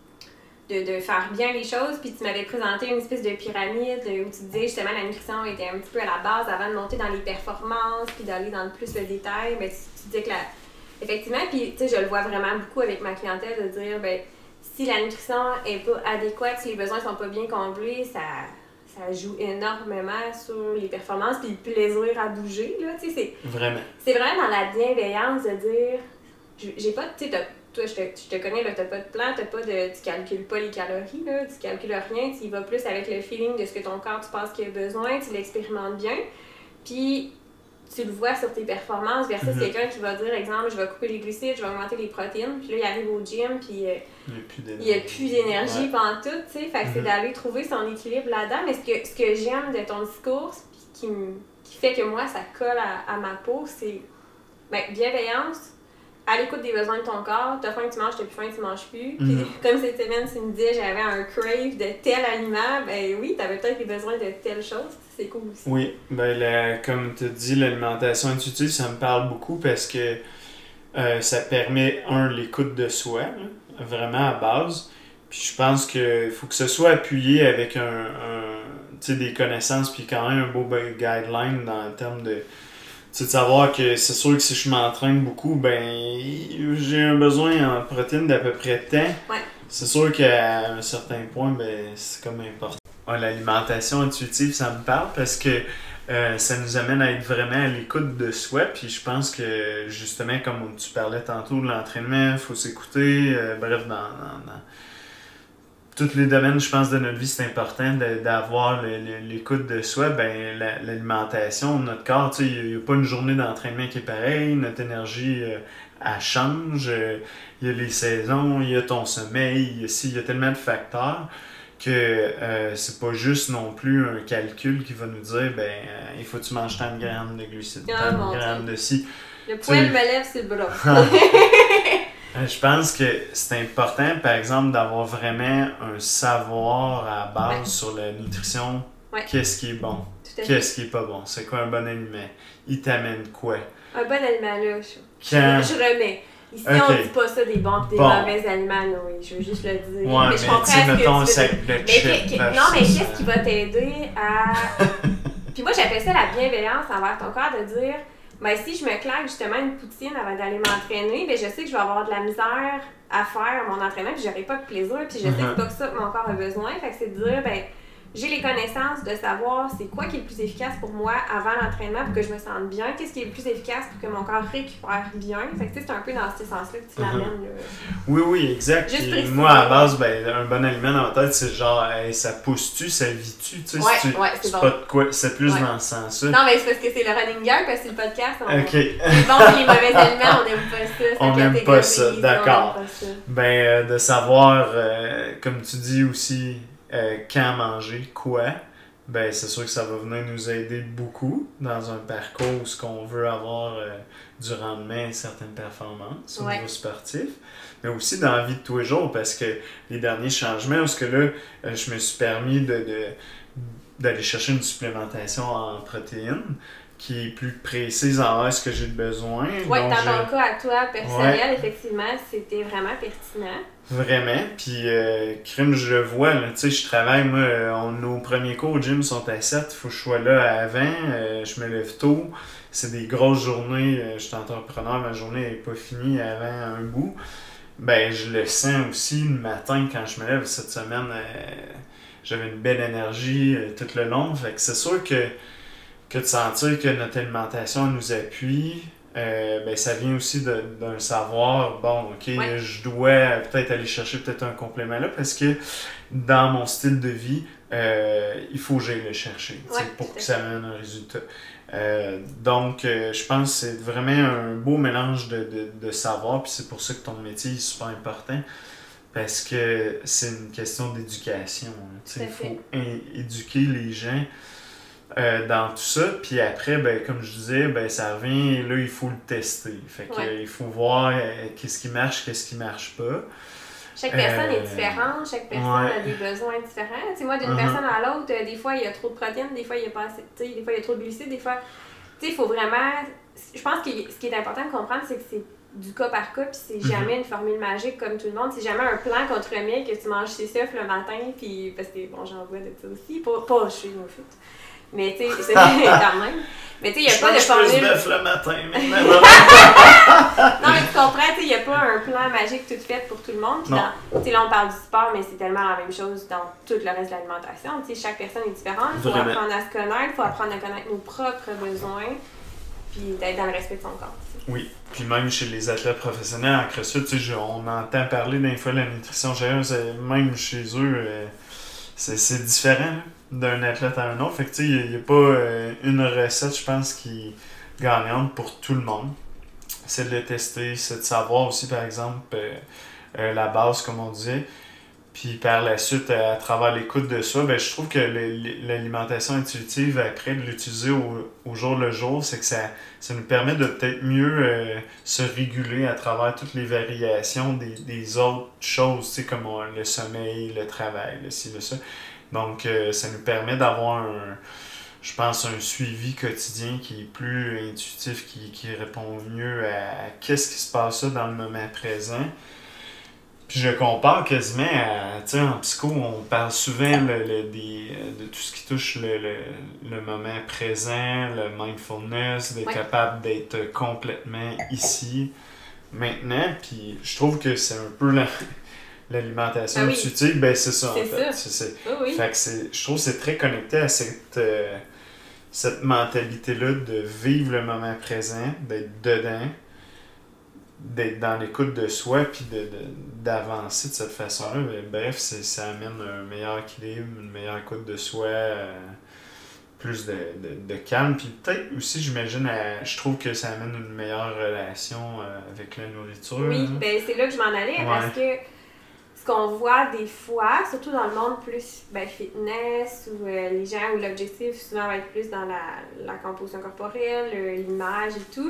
de, de faire bien les choses. Puis tu m'avais présenté une espèce de pyramide euh, où tu disais justement la nutrition était un petit peu à la base avant de monter dans les performances, puis d'aller dans le plus le détail. Ben, tu, tu disais que la... Effectivement, puis tu sais, je le vois vraiment beaucoup avec ma clientèle de dire, ben si la nutrition est pas adéquate, si les besoins sont pas bien comblés, ça... ça joue énormément sur les performances puis le plaisir à bouger, là, tu sais, c'est... Vraiment. C'est vraiment dans la bienveillance de dire... J'ai pas... Tu sais, toi, je te, je te connais, là, t'as pas de plan, t'as pas de... Tu calcules pas les calories, là, tu calcules rien, tu y vas plus avec le feeling de ce que ton corps, tu penses qu'il a besoin, tu l'expérimentes bien, puis tu le vois sur tes performances versus mm-hmm. quelqu'un qui va dire, exemple, je vais couper les glucides, je vais augmenter les protéines, puis là, il arrive au gym, puis... Euh, il n'y a plus d'énergie ouais. pendant tout, tu sais. Fait que mm-hmm. c'est d'aller trouver son équilibre là-dedans. Mais ce que, ce que j'aime de ton discours, puis qui, qui fait que moi, ça colle à, à ma peau, c'est ben, bienveillance, à l'écoute des besoins de ton corps. T'as faim, tu manges, t'as plus faim, tu manges plus. Mm-hmm. Puis comme cette semaine, tu me disais, j'avais un crave de tel aliment, ben oui, t'avais peut-être des besoins de telle chose. C'est cool aussi. Oui, ben la, comme tu dis, l'alimentation intuitive, ça me parle beaucoup parce que euh, ça permet, un, l'écoute de soi, là. Vraiment à base. Puis je pense qu'il faut que ce soit appuyé avec un, un tu sais, des connaissances puis quand même un beau guideline dans le terme de, tu sais, de savoir que c'est sûr que si je m'entraîne beaucoup, ben j'ai un besoin en protéines d'à peu près de temps. Ouais. C'est sûr qu'à un certain point, ben c'est comme important. Ouais, l'alimentation intuitive, ça me parle parce que Euh, ça nous amène à être vraiment à l'écoute de soi, puis je pense que justement, comme tu parlais tantôt de l'entraînement, il faut s'écouter, euh, bref, dans, dans, dans tous les domaines, je pense, de notre vie, c'est important de, d'avoir le, le, l'écoute de soi. Ben, la, l'alimentation, notre corps, tu sais, il n'y a, a pas une journée d'entraînement qui est pareille, notre énergie, euh, elle change, euh, il y a les saisons, il y a ton sommeil, il y a, si, il y a tellement de facteurs que euh, c'est pas juste non plus un calcul qui va nous dire ben euh, il faut que tu manges tant de grammes de glucides, ah, tant de grammes de ci. Le poil me lève sur le bras. Je pense que c'est important, par exemple, d'avoir vraiment un savoir à base ouais. sur la nutrition. Ouais. Qu'est-ce qui est bon? Qu'est-ce qui est pas bon? C'est quoi un bon aliment? Il t'amène quoi? Un bon aliment, là, je, Quand... je, je remets. Ici, okay. on dit pas ça des bons et des bon. mauvais aliments, là, oui, je veux juste le dire. Ouais, mais je comprends ce mettons, que tu veux dire. Le mais chip, que, non, mais qu'est-ce qui va t'aider à... Puis moi, j'appelle ça la bienveillance envers ton corps, de dire, ben si je me claque justement une poutine avant d'aller m'entraîner, ben je sais que je vais avoir de la misère à faire mon entraînement, puis j'aurai pas de plaisir, puis je sais que c'est pas que ça que mon corps a besoin. Fait que c'est de dire, ben j'ai les connaissances de savoir c'est quoi qui est le plus efficace pour moi avant l'entraînement pour que je me sente bien, qu'est-ce qui est le plus efficace pour que mon corps récupère bien. Fait que c'est un peu dans ce sens-là que tu l'amènes. Uh-huh. Oui, oui, exact. Puis moi, à la base, ben, un bon aliment dans ma tête, c'est genre, hey, ça pousse-tu, ça vit-tu, tu sais, ouais, c'est, ouais, c'est, c'est bon. pas de quoi, c'est plus ouais. dans ce sens-là. Non, mais c'est parce que c'est le running gag, parce que c'est le podcast. On, OK. Les bons et les mauvais aliments, on n'aime pas ça. On n'aime pas ça, d'accord. Pas ça. Ben, euh, de savoir, euh, comme tu dis aussi, euh, quand manger, quoi. Ben, c'est sûr que ça va venir nous aider beaucoup dans un parcours où ce qu'on veut avoir euh, du rendement et certaines performances au ouais. niveau sportif, mais aussi dans la vie de tous les jours, parce que les derniers changements, parce que là, euh, je me suis permis de, de, d'aller chercher une supplémentation en protéines qui est plus précise en ce que j'ai besoin. Oui, dans je... ton cas à toi, personnel, ouais. effectivement, c'était vraiment pertinent. Vraiment, puis euh, crime, je le vois, tu sais, je travaille, moi, euh, on, nos premiers cours au gym sont à sept, il faut que je sois là avant, euh, je me lève tôt, c'est des grosses journées, euh, je suis entrepreneur, ma journée n'est pas finie avant un bout, ben je le sens aussi le matin quand je me lève. Cette semaine, euh, j'avais une belle énergie euh, tout le long, fait que c'est sûr que, que de sentir que notre alimentation nous appuie, Euh, ben, ça vient aussi de, d'un savoir, bon, ok, ouais. je dois peut-être aller chercher peut-être un complément là, parce que dans mon style de vie, euh, il faut que j'aille le chercher Ouais, pour tout que à ça fait. amène un résultat. Euh, donc, euh, je pense que c'est vraiment un beau mélange de, de, de savoir, puis c'est pour ça que ton métier est super important, parce que c'est une question d'éducation. hein. Tu sais, Tout à Il fait. faut in- éduquer les gens euh, dans tout ça, puis après, ben, comme je disais, ben, ça revient, là, il faut le tester. Fait que, Ouais. euh, il faut voir euh, qu'est-ce qui marche, qu'est-ce qui marche pas. Chaque personne Euh, est différente, chaque personne ouais. a des besoins différents. Tu sais, moi, d'une Mhm. personne à l'autre, euh, des fois, il y a trop de protéines, des fois, il y a pas assez, tu sais, des fois, il y a trop de glucides, des fois... Tu sais, il faut vraiment... Je pense que ce qui est important de comprendre, c'est que c'est du cas par cas, puis c'est Mhm. jamais une formule magique comme tout le monde. C'est jamais un plan contre remets que tu manges ses œufs le matin, puis... Parce que, bon, j'en vois de ça aussi. Pas, pas chez nos fit. Mais, tu sais, c'est quand même. Mais, tu sais, il n'y a Je pas de mange plus formule... d'œufs le matin, maintenant. Non, mais tu comprends, tu sais, il n'y a pas un plan magique tout fait pour tout le monde. Puis Non. dans- tu sais, là, on parle du sport, mais c'est tellement la même chose dans tout le reste de l'alimentation. Tu sais, chaque personne est différente. Il faut Vraiment. apprendre à se connaître, il faut apprendre à connaître nos propres besoins, puis d'être dans le respect de son corps. tu sais. Oui, puis même chez les athlètes professionnels en CrossFit, tu sais, je- on entend parler d'un fois de la nutrition chez eux, c'est- même chez eux, euh, c'est c'est différent là, d'un athlète à un autre. Fait que tu sais, il n'y a, pas euh, une recette, je pense, qui est gagnante pour tout le monde. C'est de le tester, c'est de savoir aussi, par exemple, euh, euh, la base, comme on disait. Puis par la suite, à, à travers l'écoute de ça, ben, je trouve que le- le- l'alimentation intuitive, après, de l'utiliser au, au jour le jour, c'est que ça, ça nous permet de peut-être mieux euh, se réguler à travers toutes les variations des, des autres choses, tu sais, comme on- le sommeil, le travail, le ci, le ça. Donc, euh, ça nous permet d'avoir un, je pense, un suivi quotidien qui est plus intuitif, qui, qui répond mieux à, à qu'est-ce qui se passe là dans le moment présent. Puis je compare quasiment à, tu sais, en psycho, on parle souvent le, le- des, de tout ce qui touche le, le, le moment présent, le mindfulness, d'être Ouais. capable d'être complètement ici, maintenant. Puis je trouve que c'est un peu la- l'alimentation Ah oui. intuitive, ben c'est ça en C'est fait. ça. C'est, c'est- Oui, oui. Fait que c'est, je trouve que c'est très connecté à cette, euh, cette mentalité-là de vivre le moment présent, d'être dedans, d'être dans l'écoute de soi, puis de, de- d'avancer de cette façon-là. Mais bref, c'est, ça amène un meilleur équilibre, une meilleure écoute de soi, euh, plus de, de, de calme. Puis peut-être aussi, j'imagine, à- je trouve que ça amène une meilleure relation euh, avec la nourriture. Oui, hein. ben c'est là que je m'en allais, Ouais. parce que ce qu'on voit des fois, surtout dans le monde plus ben, fitness, ou euh, les gens où l'objectif souvent va être plus dans la, la composition corporelle, euh, l'image et tout,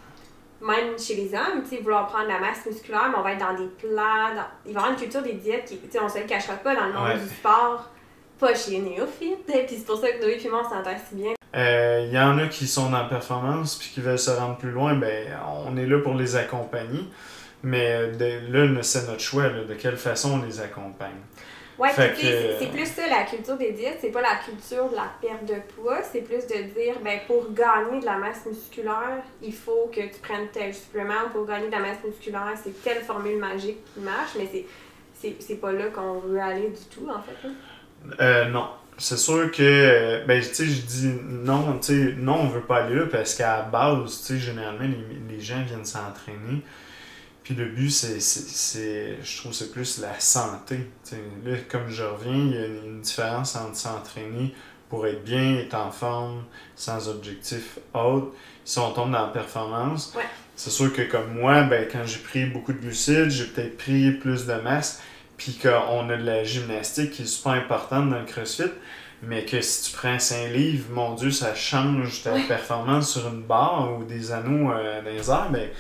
même chez les hommes, tu sais, vouloir prendre la masse musculaire, mais on va être dans des plats, dans... il va y avoir une culture des diètes qui, tu sais, on se le cachera pas dans le monde Ouais. du sport, pas chez les néophytes, puis c'est pour ça que Noé et moi on s'entend si bien. Il euh, y en a qui sont dans la performance puis qui veulent se rendre plus loin, ben on est là pour les accompagner. Mais de, là, c'est notre choix, là, de quelle façon on les accompagne. Ouais, Fait puis tu sais, que- c'est c'est plus ça la culture des diètes, c'est pas la culture de la perte de poids, c'est plus de dire, ben pour gagner de la masse musculaire, il faut que tu prennes tel supplément, pour gagner de la masse musculaire, c'est telle formule magique qui marche, mais c'est, c'est, c'est pas là qu'on veut aller du tout, en fait. Là. Euh, non. C'est sûr que, euh, ben, tu sais, je dis non, tu sais, non, on veut pas aller là parce qu'à la base, tu sais, généralement, les, les gens viennent s'entraîner. Puis le but, c'est, c'est, c'est je trouve, c'est plus la santé. Tu sais, là, comme je reviens, il y a une différence entre s'entraîner pour être bien, être en forme, sans objectif autre. Si on tombe dans la performance, Ouais. c'est sûr que comme moi, ben, quand j'ai pris beaucoup de glucides, j'ai peut-être pris plus de masse, puis qu'on a de la gymnastique qui est super importante dans le CrossFit, mais que si tu prends cinq livres, mon Dieu, ça change ta Ouais. performance sur une barre ou des anneaux euh, dans les airs, ben,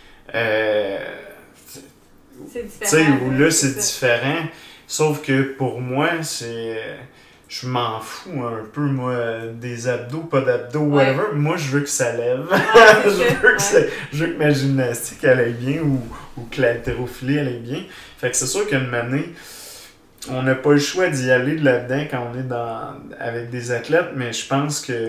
euh, C'est tu différent. sais, où là, c'est c'est ça. différent. Sauf que pour moi, c'est. Je m'en fous un peu, moi, des abdos, pas d'abdos, Ouais. whatever. Moi, je veux que ça lève. Ouais, je, c'est ça, veux que ouais. ça- je veux que ma gymnastique elle aille bien ou, ou que l'haltérophilie elle aille bien. Fait que c'est sûr qu'une année, on n'a pas le choix d'y aller là-dedans quand on est dans, avec des athlètes, mais je pense que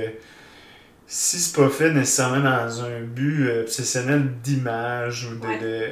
si c'est pas fait nécessairement dans un but euh, obsessionnel d'image ou de, Ouais. de-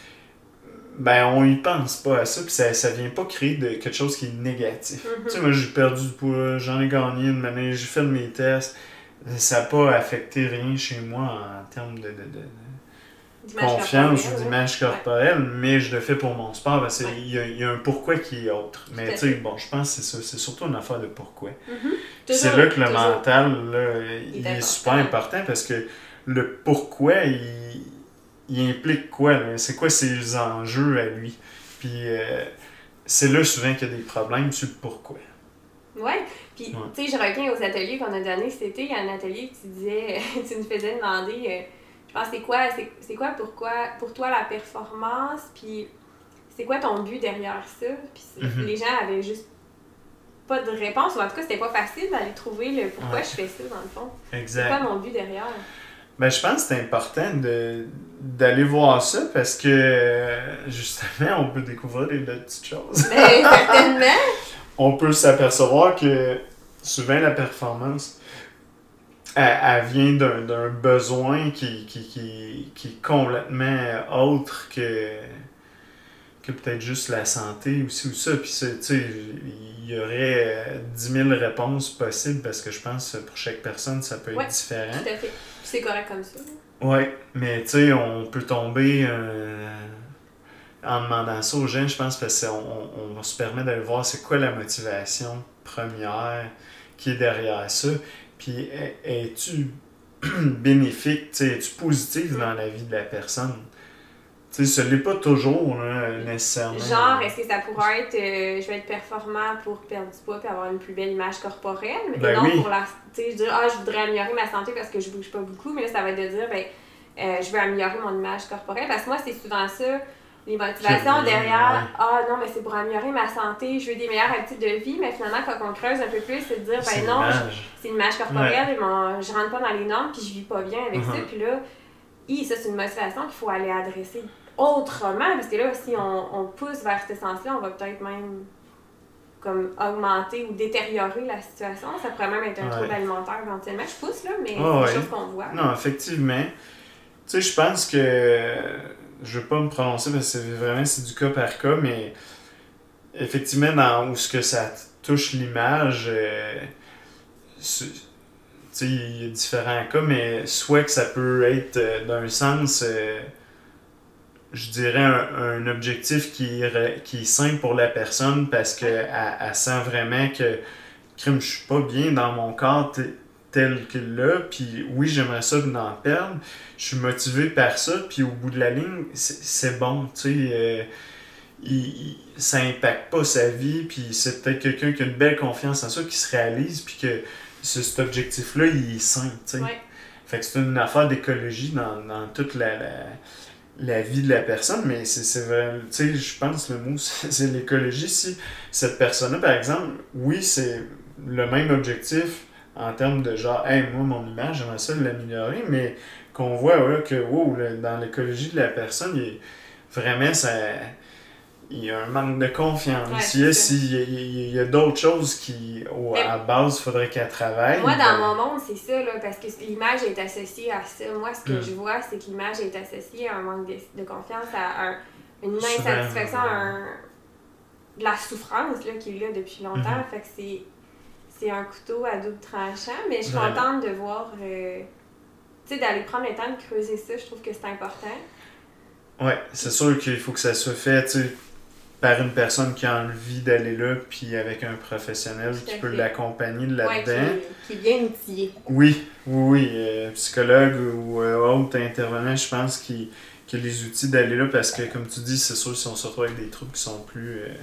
ben on y pense pas à ça, puis ça, ça vient pas créer de quelque chose qui est négatif. Mhm. Tu sais, moi j'ai perdu du poids, j'en ai gagné une année, j'ai fait de mes tests, ça n'a pas affecté rien chez moi en termes de, de, de, confiance ou d'image ouais. corporelle, mais je le fais pour mon sport, parce qu'il Ouais. y, a, il y a un pourquoi qui est autre. Mais tu sais, bon, je pense que c'est ça, c'est surtout une affaire de pourquoi. Mm-hmm. C'est Toujours, là que le toujours. mental, là, il, Il est, est super important. important, parce que le pourquoi, il, il implique quoi, là? C'est quoi ses enjeux à lui. Puis euh, c'est là souvent qu'il y a des problèmes sur le pourquoi. Ouais, puis Ouais. tu sais, je reviens aux ateliers qu'on a donnés cet été. Il y a un atelier que tu disais, tu nous faisais demander, euh, je pense, c'est quoi, c'est, c'est quoi pourquoi, pour toi la performance, puis c'est quoi ton but derrière ça? Puis Mm-hmm. les gens avaient juste pas de réponse, ou en tout cas, c'était pas facile d'aller trouver le pourquoi Ouais. je fais ça, dans le fond. Exact. C'est quoi mon but derrière? Ben, je pense que c'est important de, d'aller voir ça, parce que justement, on peut découvrir des belles petites choses. Ben, certainement! On peut s'apercevoir que souvent la performance, elle, elle vient d'un, d'un besoin qui, qui, qui, qui est complètement autre que, que peut-être juste la santé aussi ou ça. Puis tu sais, il y aurait dix mille réponses possibles, parce que je pense que pour chaque personne, ça peut être Ouais, différent. Tout à fait. Puis c'est correct comme ça. Oui, mais tu sais, on peut tomber euh, en demandant ça aux gens, je pense, parce qu'on on, on se permet d'aller voir c'est quoi la motivation première qui est derrière ça. Puis, es-tu bénéfique, tu sais, es-tu positive dans la vie de la personne? Tu sais, ce n'est pas toujours, là, nécessairement. Genre, est-ce que ça pourrait être euh, je vais être performant pour perdre du poids et avoir une plus belle image corporelle, mais Ben non oui. pour la. Tu sais, je dis, ah, je voudrais améliorer ma santé parce que je bouge pas beaucoup, mais là, ça va être de dire, ben, euh, je veux améliorer mon image corporelle. Parce que moi, c'est souvent ça, les motivations C'est bien, derrière, ouais. ah non, mais c'est pour améliorer ma santé, je veux des meilleures habitudes de vie, mais finalement, quand on creuse un peu plus, c'est de dire, C'est ben non, je- l'image. c'est une image corporelle, et mon, je rentre pas dans les normes, puis je vis pas bien avec Mhm. ça, puis là, hi, ça, c'est une motivation qu'il faut aller adresser autrement, parce que là, si on, on pousse vers ce sens-là, on va peut-être même comme augmenter ou détériorer la situation. Ça pourrait même être un Ouais. trouble alimentaire éventuellement. Je pousse, là, mais Ah c'est ouais. des choses qu'on voit. Non, effectivement. Tu sais, je pense que. Je veux pas me prononcer parce que c'est vraiment c'est du cas par cas, mais effectivement, dans où ce que ça touche l'image, euh, c'est- tu sais, il y a différents cas, mais soit que ça peut être euh, d'un sens, euh, je dirais, un, un objectif qui, est re- qui est simple pour la personne, parce qu'elle elle sent vraiment que crime, je suis pas bien dans mon corps t- tel qu'il l'a, puis oui, j'aimerais ça d'en perdre, je suis motivé par ça, puis au bout de la ligne, c'est, c'est bon, tu sais, euh, il, il- ça impacte pas sa vie, puis c'est peut-être quelqu'un qui a une belle confiance en ça, qui se réalise, puis que ce- cet objectif-là, il est sain, tu sais. Ouais. Fait que c'est une affaire d'écologie dans, dans toute la, la, la vie de la personne, mais c'est, c'est vrai, tu sais, je pense le mot, c'est, c'est l'écologie. Si cette personne-là, par exemple, oui, c'est le même objectif en termes de genre, hey, moi, mon image, j'aimerais ça l'améliorer, mais qu'on voit ouais, que wow, le- dans l'écologie de la personne, il est, vraiment, ça, il y a un manque de confiance. Ouais, il, y a, c'est ça. si- il, y a, il y a d'autres choses qui, au- Mais- à la base, il faudrait qu'elle travaille. Moi, ben, dans mon monde, c'est ça, là, parce que l'image est associée à ça. Moi, ce que Mm. je vois, c'est que l'image est associée à un manque de, de confiance, à un- une Souvent, insatisfaction, ouais. à un- de la souffrance là, qui est là depuis longtemps. Mhm. Fait que c'est, c'est un couteau à double tranchant, mais je suis Vraiment. contente de voir, euh, tu sais, d'aller prendre le temps de creuser ça. Je trouve que c'est important. Ouais, c'est sûr qu'il faut que ça soit fait, tu sais, par une personne qui a envie d'aller là, puis avec un professionnel Tout qui à peut fait. l'accompagner Ouais, là-dedans. qui, qui est bien outillé. Oui, oui, oui, euh, psychologue ou euh, autre intervenant, je pense qu'il qu'il y a les outils d'aller là, parce que, comme tu dis, c'est sûr, si on se retrouve avec des troubles qui sont plus, euh,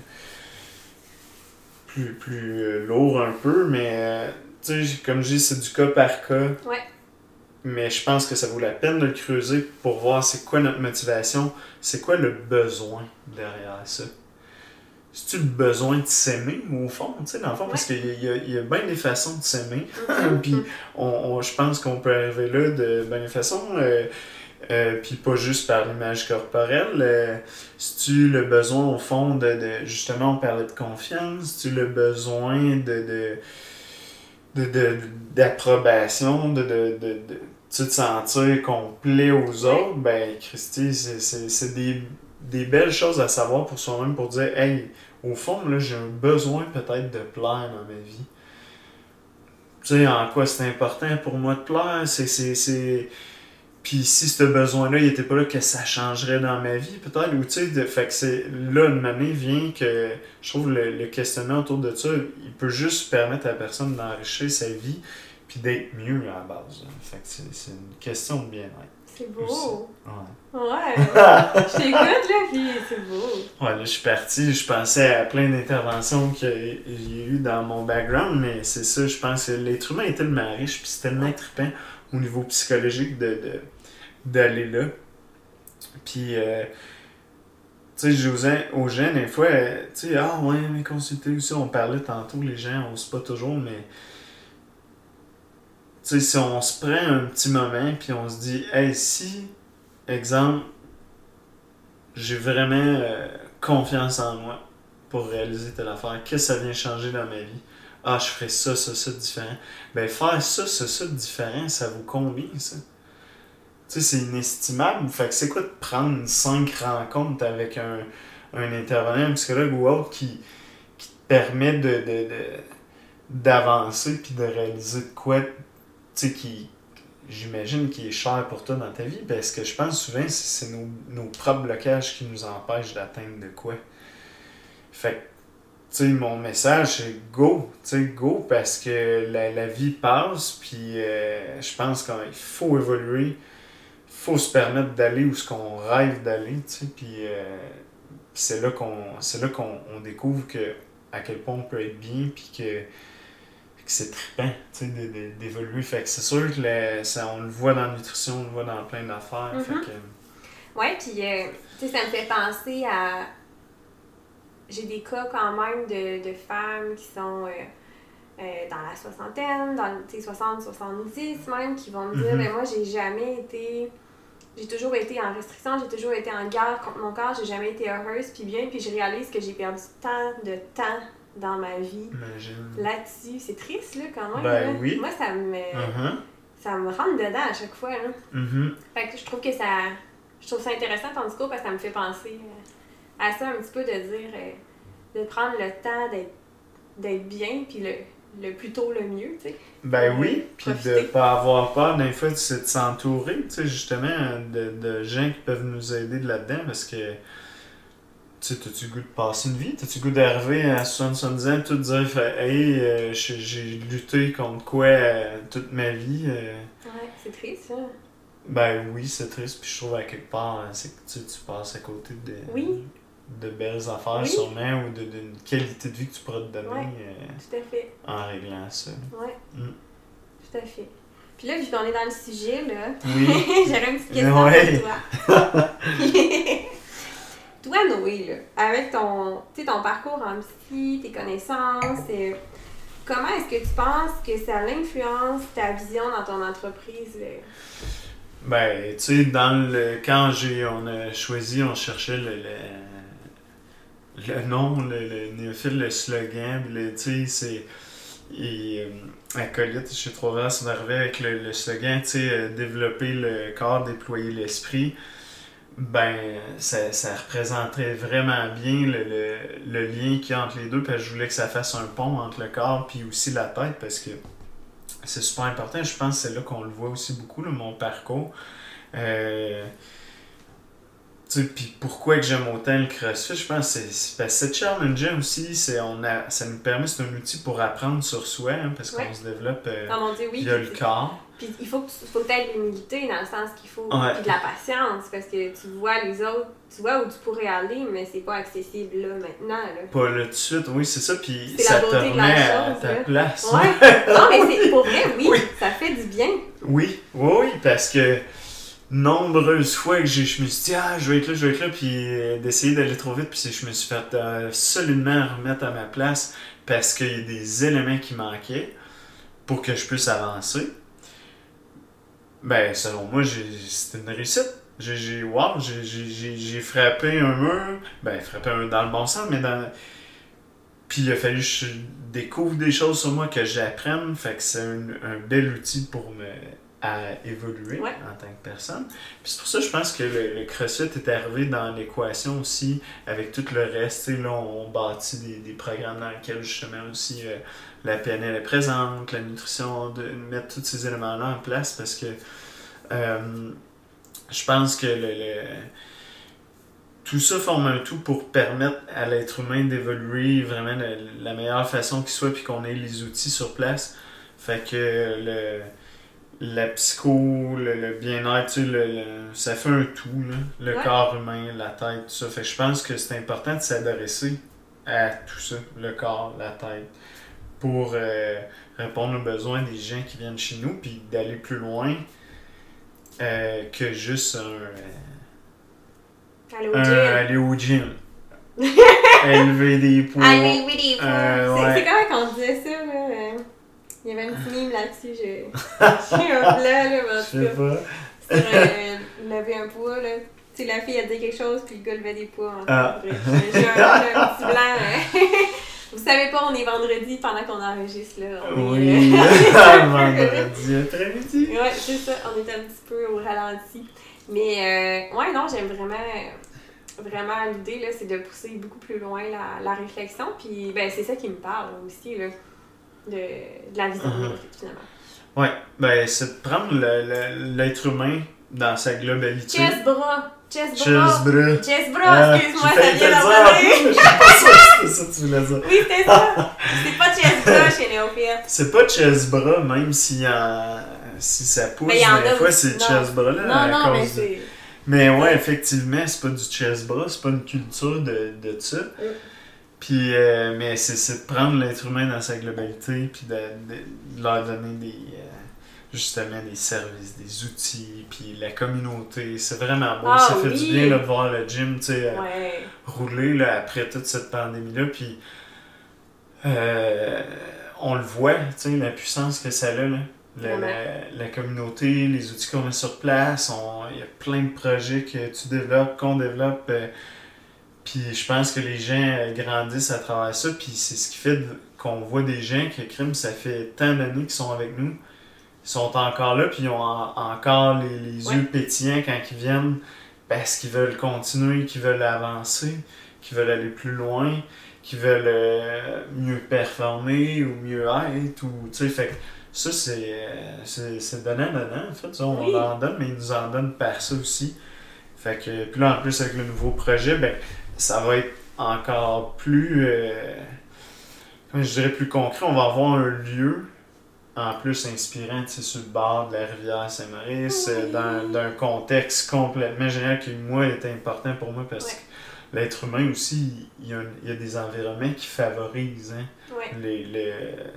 plus, plus euh, lourds un peu, mais, euh, tu sais, comme je dis, c'est du cas par cas. Ouais. Mais je pense que ça vaut la peine de le creuser pour voir c'est quoi notre motivation, c'est quoi le besoin derrière ça. C'est-tu le besoin de s'aimer, au fond, tu sais, dans le fond, parce qu'il y a, il y a- il y a bien des façons de s'aimer. Puis on, on- je pense qu'on peut arriver là de bien des façons, euh, euh, puis pas juste par l'image corporelle. Euh, c'est-tu le besoin, au fond, de, de justement, on parlait de confiance, c'est-tu le besoin de... de De, de, d'approbation, de, de, de, de, tu sais, de sentir qu'on plaît aux autres, ben, Christy, c'est, c'est, c'est des, des belles choses à savoir pour soi-même, pour dire, hey, au fond, là, j'ai un besoin peut-être de plaire dans ma vie. Tu sais, en quoi c'est important pour moi de plaire, c'est, c'est, c'est, Puis si ce besoin-là, il était pas là, que ça changerait dans ma vie, peut-être. Ou tu sais, de- fait que c'est là, une année vient que je trouve le, le questionnement autour de ça, il peut juste permettre à la personne d'enrichir sa vie puis d'être mieux à la base. Là. Fait que c'est, c'est une question de bien-être. C'est beau. Aussi. Ouais. Ouais. Je t'écoute, là, puis c'est beau. Ouais, là, je suis parti, je pensais à plein d'interventions qu'il y a eu dans mon background, mais c'est ça, je pense que l'être humain est tellement riche, puis c'est tellement trippant au niveau psychologique de, de, d'aller là. Puis, euh, tu sais, je disais aux gens, des fois, euh, tu sais, ah ouais, mais consulter aussi, on parlait tantôt, les gens, on se pas toujours, mais tu sais, si on se prend un petit moment, puis on se dit, hey, si, exemple, j'ai vraiment euh, confiance en moi pour réaliser telle affaire, qu'est-ce que ça vient changer dans ma vie? Ah, je ferais ça, ça, ça différent. Ben, faire ça, ça, ça différent, ça vaut combien, ça? Tu sais, c'est inestimable. Fait que c'est quoi de prendre cinq rencontres avec un, un intervenant, un psychologue ou autre qui, qui te permet de, de, de, d'avancer puis de réaliser de quoi, tu sais, qui, j'imagine, qui est cher pour toi dans ta vie, parce que je pense souvent que c'est, c'est nos, nos propres blocages qui nous empêchent d'atteindre de quoi. Fait que, tu sais, mon message, c'est go, tu sais, go, parce que la, la vie passe, puis euh, je pense qu'il faut évoluer, faut se permettre d'aller où ce qu'on rêve d'aller, tu sais, puis euh, c'est là qu'on c'est là qu'on on découvre que à quel point on peut être bien, puis que, que c'est trippant, tu sais, de, de, d'évoluer. Fait que c'est sûr que le, ça, on le voit dans la nutrition, on le voit dans plein d'affaires. Mm-hmm. Fait que... Ouais, puis euh, tu sais, ça me fait penser à... J'ai des cas quand même de, de femmes qui sont... Euh, Euh, dans la soixantaine, dans le soixante soixante-dix même, qui vont me dire, mm-hmm. ben moi j'ai jamais été, j'ai toujours été en restriction, j'ai toujours été en guerre contre mon corps, j'ai jamais été heureuse puis bien, puis je réalise que j'ai perdu tant de temps dans ma vie Imagine. là-dessus. C'est triste là quand même. Ben là. oui. Moi ça me Uh-huh. ça me rentre dedans à chaque fois là. Mm-hmm. Fait que je trouve que ça je trouve ça intéressant ton discours parce que ça me fait penser à ça un petit peu, de dire euh, de prendre le temps d'être d'être bien puis le le plus tôt le mieux, tu sais. Ben oui, puis profiter. de pas avoir peur, des fois, c'est de s'entourer, tu sais, justement, de, de gens qui peuvent nous aider de là-dedans, parce que, tu sais, t'as-tu le goût de passer une vie? T'as-tu le goût d'arriver à soixante-dix ans, tout dire, hey, euh, j'ai lutté contre quoi euh, toute ma vie? Euh... Ouais, c'est triste, ça. Ben oui, c'est triste, puis je trouve à quelque part, c'est que tu, tu passes à côté de... Oui. de belles affaires, oui. sûrement, ou de, d'une qualité de vie que tu pourrais te donner ouais, euh, tout à fait. en réglant ça. Oui, mm. tout à fait. Puis là, vu qu'on est dans le sujet, là, oui. j'aurais une petite question ouais. pour toi. Toi, Noé, là, avec ton, ton parcours en psy, tes connaissances, euh, comment est-ce que tu penses que ça influence ta vision dans ton entreprise? Là? Ben, tu sais, dans le quand j'ai on a choisi, on cherchait le, le, le nom, le, le néophyte, le slogan, tu sais, c'est et, euh, acolyte chez Trois-Rivières, on arrivait avec le, le slogan, tu sais, euh, développer le corps, déployer l'esprit. Ben, ça, ça représenterait vraiment bien le, le, le lien qu'il y a entre les deux, parce que je voulais que ça fasse un pont entre le corps puis aussi la tête, parce que c'est super important. Je pense que c'est là qu'on le voit aussi beaucoup, là, mon parcours. Euh, tu sais, puis pourquoi que j'aime autant le CrossFit, je pense que c'est, c'est parce que c'est challengeant aussi, c'est, on a, ça nous permet, c'est un outil pour apprendre sur soi, hein, parce qu'on ouais. se développe euh, oh mon Dieu, oui, via le corps. Puis il faut que tu faut aies de l'humilité dans le sens qu'il faut, ouais. puis de la patience, parce que tu vois les autres, tu vois où tu pourrais aller, mais c'est pas accessible là maintenant. Là. Pas là tout de suite, oui, c'est ça, puis c'est ça te remet à chose, ta là. place. Ouais. Non, mais c'est pour vrai, oui, oui, ça fait du bien. Oui, oui, oui, parce que nombreuses fois que j'ai, je me suis dit, ah, je vais être là, je vais être là, puis euh, d'essayer d'aller trop vite, puis je me suis fait euh, solidement remettre à ma place parce qu'il y a des éléments qui manquaient pour que je puisse avancer. Ben, selon moi, j'ai, c'était une réussite. J'ai, j'ai, wow, j'ai, j'ai, j'ai frappé un mur, ben, frappé un mur dans le bon sens, mais dans. Puis il a fallu que je découvre des choses sur moi, que j'apprenne, fait que c'est un, un bel outil pour me. À évoluer ouais. en tant que personne. Puis c'est pour ça que je pense que le, le CrossFit est arrivé dans l'équation aussi, avec tout le reste. Et là, on bâtit des, des programmes dans lesquels justement aussi euh, la P N L est présente, la nutrition, de mettre tous ces éléments-là en place parce que euh, je pense que le, le tout ça forme un tout pour permettre à l'être humain d'évoluer vraiment de la meilleure façon qu'il soit, puis qu'on ait les outils sur place. Fait que le, la psycho, le, le bien-être, tu sais, le, le, ça fait un tout, là. Le Ouais. corps humain, la tête, tout ça. Fait que je pense que c'est important de s'adresser à tout ça, le corps, la tête, pour euh, répondre aux besoins des gens qui viennent chez nous, puis d'aller plus loin euh, que juste un... euh, Aller au un, gym. aller au gym. Élever des poids. Aller with des poids. Euh, C'est- ouais. C'est comment qu'on disait ça, là? euh, Il y avait un petit mime là-dessus. J'ai j'ai un blanc, là, mais en Je tout sais cas. pas. Sur euh, lever un poids, là. Tu sais, la fille a dit quelque chose, puis le gars levait des poids. En Ah. fait. Bref, J'ai un, j'ai un petit blanc. hein. Vous savez pas, on est vendredi pendant qu'on enregistre, là. On est, Oui, euh, vendredi après-midi. Ouais, c'est ça. On est un petit peu au ralenti. Mais, euh, ouais, non, j'aime vraiment, vraiment l'idée, là, c'est de pousser beaucoup plus loin la, la réflexion. Puis, ben, c'est ça qui me parle aussi, là, de, de la vision Mhm. néophyte, finalement. Ouais, ben c'est de prendre le- le- l'être humain dans sa globalité. Chest bras! Chest Chest bras! bras. Chest bras, Ah, excuse-moi, j'ai ça failli te vient le dire en d'envoyer. plus, mais je suis pas sûr que c'était ça que tu voulais dire. Oui, c'était ça! C'est pas chest bras chez Néophyte. C'est pas chest bras, même si, en, si ça pousse, Mais il y en des a fois aussi, c'est non. chest bras là. Non, à non, mais cause de- c'est. Mais ouais, effectivement, c'est pas du chest bras, c'est pas une culture de, de ça. Puis, euh, mais c'est, c'est de prendre l'être humain dans sa globalité, puis de, de, de leur donner des, euh, justement des services, des outils, puis la communauté. C'est vraiment beau. Ah ça fait oui. du bien là, de voir le gym, tu sais, euh, Ouais. rouler là, après toute cette pandémie-là. Puis, euh, on le voit, tu sais, la puissance que ça a, là. La, Vraiment. la, la communauté, les outils qu'on met sur place, on- il y a plein de projets que tu développes, qu'on développe. euh, puis je pense que les gens euh, grandissent à travers ça. Puis c'est ce qui fait de- qu'on voit des gens que crime, ça fait tant d'années qu'ils sont avec nous. Ils sont encore là, puis ils ont en- encore les, les Ouais. yeux pétillants quand ils viennent parce qu'ils veulent continuer, qu'ils veulent avancer, qu'ils veulent aller plus loin, qu'ils veulent euh, mieux performer ou mieux être. Ou, tu sais, fait que ça, c'est, euh, c'est, c'est donnant-donnant. En fait, ça, on Oui. leur en donne, mais ils nous en donnent par ça aussi. Fait que, puis là, en plus, avec le nouveau projet, ben, ça va être encore plus, euh, comment je dirais, plus concret. On va avoir un lieu, en plus, inspirant, tu sais, sur le bord de la rivière Saint-Maurice, Oui. euh, dans, dans un contexte complètement génial qui, moi, était important pour moi parce Ouais. que l'être humain aussi, il y a, il y a des environnements qui favorisent hein, Ouais. les, les,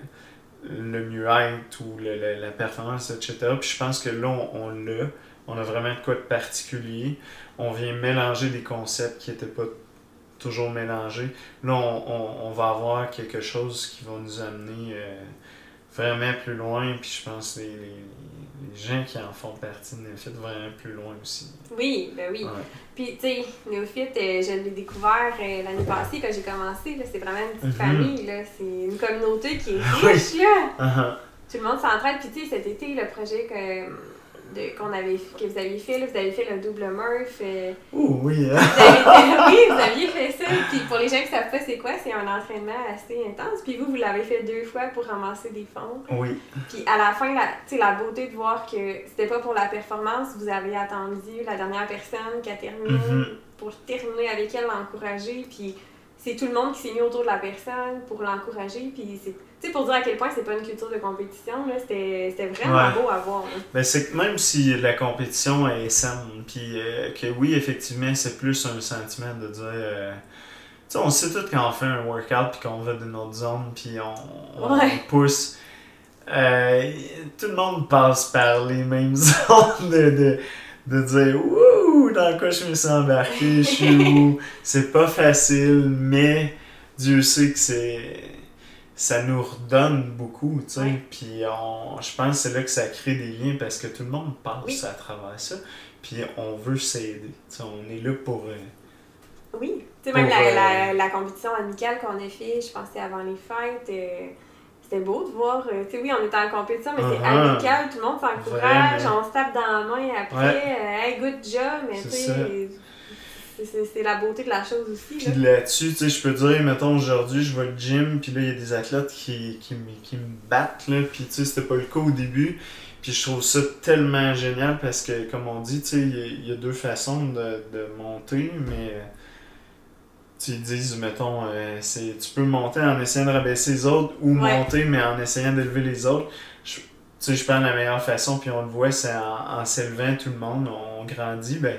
le mieux-être ou le- le- la performance, et cetera. Puis je pense que là, on, on l'a. On a vraiment de quoi de particulier. On vient mélanger des concepts qui n'étaient pas toujours mélangés. Là, on, on, on va avoir quelque chose qui va nous amener euh, vraiment plus loin. Puis je pense que les, les, les gens qui en font partie de Néophyte vont vraiment plus loin aussi. Oui, ben oui. Ouais. Puis, tu sais, Néophyte, euh, je l'ai découvert euh, l'année passée quand j'ai commencé. Là, c'est vraiment une petite Mhm. famille. Là. C'est une communauté qui est Oui. riche. Là. Ah ah. Tout le monde s'entraide. Puis, tu sais, cet été, le projet que, de- qu'on avait, que vous aviez fait, là, vous avez fait le double Murph. euh, Oh oui, hein? vous avez fait- oui, vous aviez fait ça. Puis, pour les gens qui ne savent pas c'est quoi, c'est un entraînement assez intense. Puis, vous, vous l'avez fait deux fois pour ramasser des fonds. Oui. Puis à la fin, la, tu sais, la beauté de voir que c'était pas pour la performance, vous avez attendu la dernière personne qui a terminé Mhm. pour terminer avec elle, l'encourager. Puis c'est tout le monde qui s'est mis autour de la personne pour l'encourager. Puis c'est, tu sais, pour dire à quel point c'est pas une culture de compétition, là, c'était, c'était vraiment Ouais. beau à voir. là. Ben, c'est que même si la compétition est saine, puis euh, que oui, effectivement, c'est plus un sentiment de dire. euh, tu sais, on sait tout quand on fait un workout, puis qu'on va dans notre zone, puis on, on Ouais. pousse. Euh, tout le monde passe par les mêmes zones de, de, de dire Wouh, dans quoi je me suis embarqué, je suis où. C'est pas facile, mais Dieu sait que c'est. Ça nous redonne beaucoup, tu sais. Ouais. Puis on, je pense que c'est là que ça crée des liens parce que tout le monde passe Oui. à travers ça. Puis on veut s'aider. Tu sais, on est là pour. euh, Oui. Tu sais, même Pour, la, euh, la, la compétition amicale qu'on a fait, je pensais avant les fêtes, euh, c'était beau de voir. euh, tu sais, oui, on est en compétition, mais c'est Uh-huh. amical, tout le monde s'encourage, Vraiment. on se tape dans la main après, Ouais. euh, hey, good job, mais C'est tu ça. sais, c'est- c'est c'est la beauté de la chose aussi. Puis Là. là-dessus, tu sais, je peux dire, mettons, aujourd'hui, je vais au gym, puis là, il y a des athlètes qui, qui, me- qui me battent, là, puis tu sais, c'était pas le cas au début. Puis je trouve ça tellement génial parce que, comme on dit, tu sais, il y, y a deux façons de, de monter, mais euh, tu sais, ils disent, mettons, euh, c'est, tu peux monter en essayant de rabaisser les autres ou Ouais. monter, mais en essayant d'élever les autres. Je, tu sais, je pense que la meilleure façon, puis on le voit, c'est en, en s'élevant tout le monde, on grandit, ben,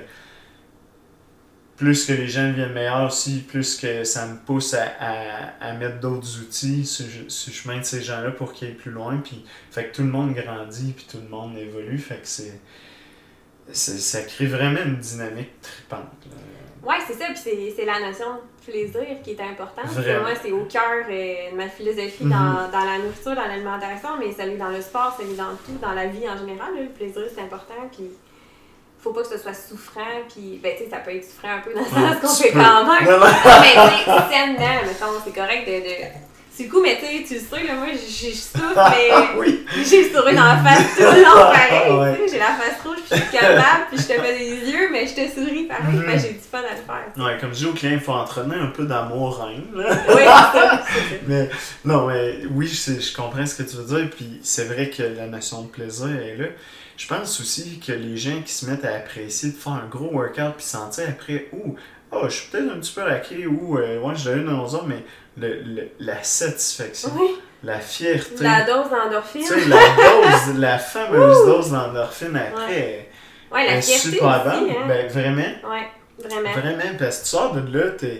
plus que les gens deviennent meilleurs aussi, plus que ça me pousse à, à, à mettre d'autres outils sur, sur le chemin de ces gens-là pour qu'ils aillent plus loin. Puis, fait que tout le monde grandit, puis tout le monde évolue. Fait que c'est, c'est ça crée vraiment une dynamique trippante. Là. Ouais, c'est ça, puis c'est, c'est la notion de plaisir qui est importante. Vraiment. Moi, c'est au cœur euh, de ma philosophie Mhm. dans, dans la nourriture, dans l'alimentation, mais ça l'est dans le sport, ça l'est dans tout, dans la vie en général. Là, le plaisir, c'est important, puis faut pas que ce soit souffrant, puis ben, tu sais, ça peut être souffrant un peu dans le Ouais, sens qu'on tu fait peux. quand même. Non, non. mais tu sais, sainement, mettons, c'est correct de... de... C'est le coup, mais tu sais, tu le sais, là, moi, je souffre, mais Oui. j'ai le sourire dans la face tout le long, pareil. Ouais. Tu sais, j'ai la face rouge, puis je suis capable, puis je te fais des yeux, mais je te souris pareil, Mhm. ben, j'ai du fun à le faire. tu sais. Ouais, comme je dis aux clients, il faut entretenir un peu d'amour-reine. là. Oui, c'est ça, c'est ça. Mais non, mais oui, je, je comprends ce que tu veux dire, puis c'est vrai que la notion de plaisir est là. Je pense aussi que les gens qui se mettent à apprécier de faire un gros workout puis sentir après, ouh, oh, je suis peut-être un petit peu raqué, ou euh, ouais, je l'ai eu dans nos autres, mais le, le- la satisfaction, Oui, la fierté, la dose tu d'endorphine. sais, la dose, la fameuse dose d'endorphine après, Ouais, elle la est fierté super aussi, bonne. hein. Ben, vraiment, Ouais, vraiment. vraiment, parce que tu sors de là, t'es.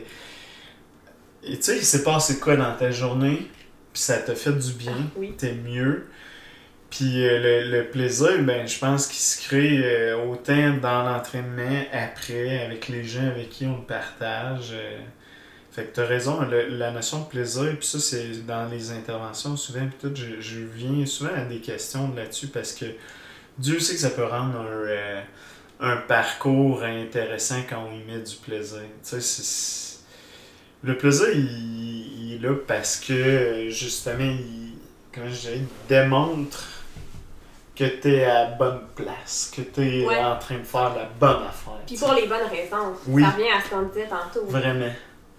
Et tu sais, il s'est passé quoi dans ta journée, puis ça t'a fait du bien, Ah, oui. t'es mieux. Puis euh, le, le plaisir, ben je pense qu'il se crée euh, autant dans l'entraînement, après, avec les gens avec qui on le partage. euh. Fait que t'as raison, le- la notion de plaisir, puis ça c'est dans les interventions souvent, puis tout, je, je viens souvent à des questions là-dessus parce que Dieu sait que ça peut rendre un, euh, un parcours intéressant quand on y met du plaisir. Tu sais, c'est- c'est- le plaisir, il, il est là parce que justement, il, comment je dirais, il démontre que t'es à la bonne place, que t'es Ouais. en train de faire la bonne affaire. Puis tu sais. pour les bonnes raisons. Oui. Ça revient à ce qu'on disait tantôt. Vraiment.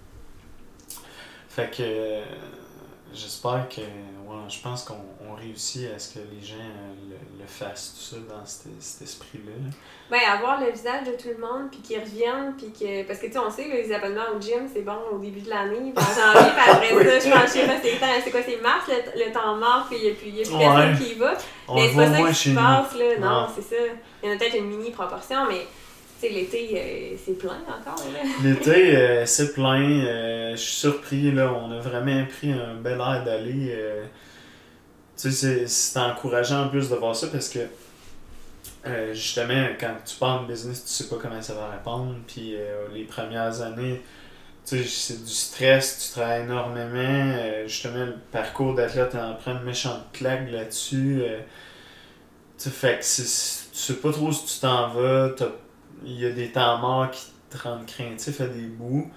Fait que euh, j'espère que ouais, je pense qu'on on réussit à ce que les gens euh, le, le fassent tout ça dans cet, cet esprit-là. là. Ben, avoir le visage de tout le monde, puis qu'ils reviennent, puis que... Parce que, tu sais, on sait, là, les abonnements au gym, c'est bon au début de l'année, puis en janvier, puis après Oui. ça, je pense, je sais pas, c'est, temps- c'est quoi, c'est mars, le, le temps mort, puis il n'y a plus, il y a plus Ouais. personne qui y va. On Mais le c'est voit pas ça moins qui chez se nous. passe, là. Non, Non. c'est ça. Il y en a peut-être une mini proportion, mais, tu sais, l'été, euh, c'est plein encore, là. L'été, euh, c'est plein. euh, je suis surpris, là. On a vraiment pris un bel air d'aller. euh, tu sais, c'est, c'est encourageant en plus de voir ça parce que euh, justement, quand tu pars en business, tu sais pas comment ça va répondre. Puis euh, les premières années, tu sais, c'est du stress, tu travailles énormément. euh, justement, le parcours d'athlète en prend une méchante claque là-dessus. euh, tu sais, fait que c'est- tu sais pas trop si tu t'en vas. t'as- Il y a des temps morts qui te rendent craintif à des bouts.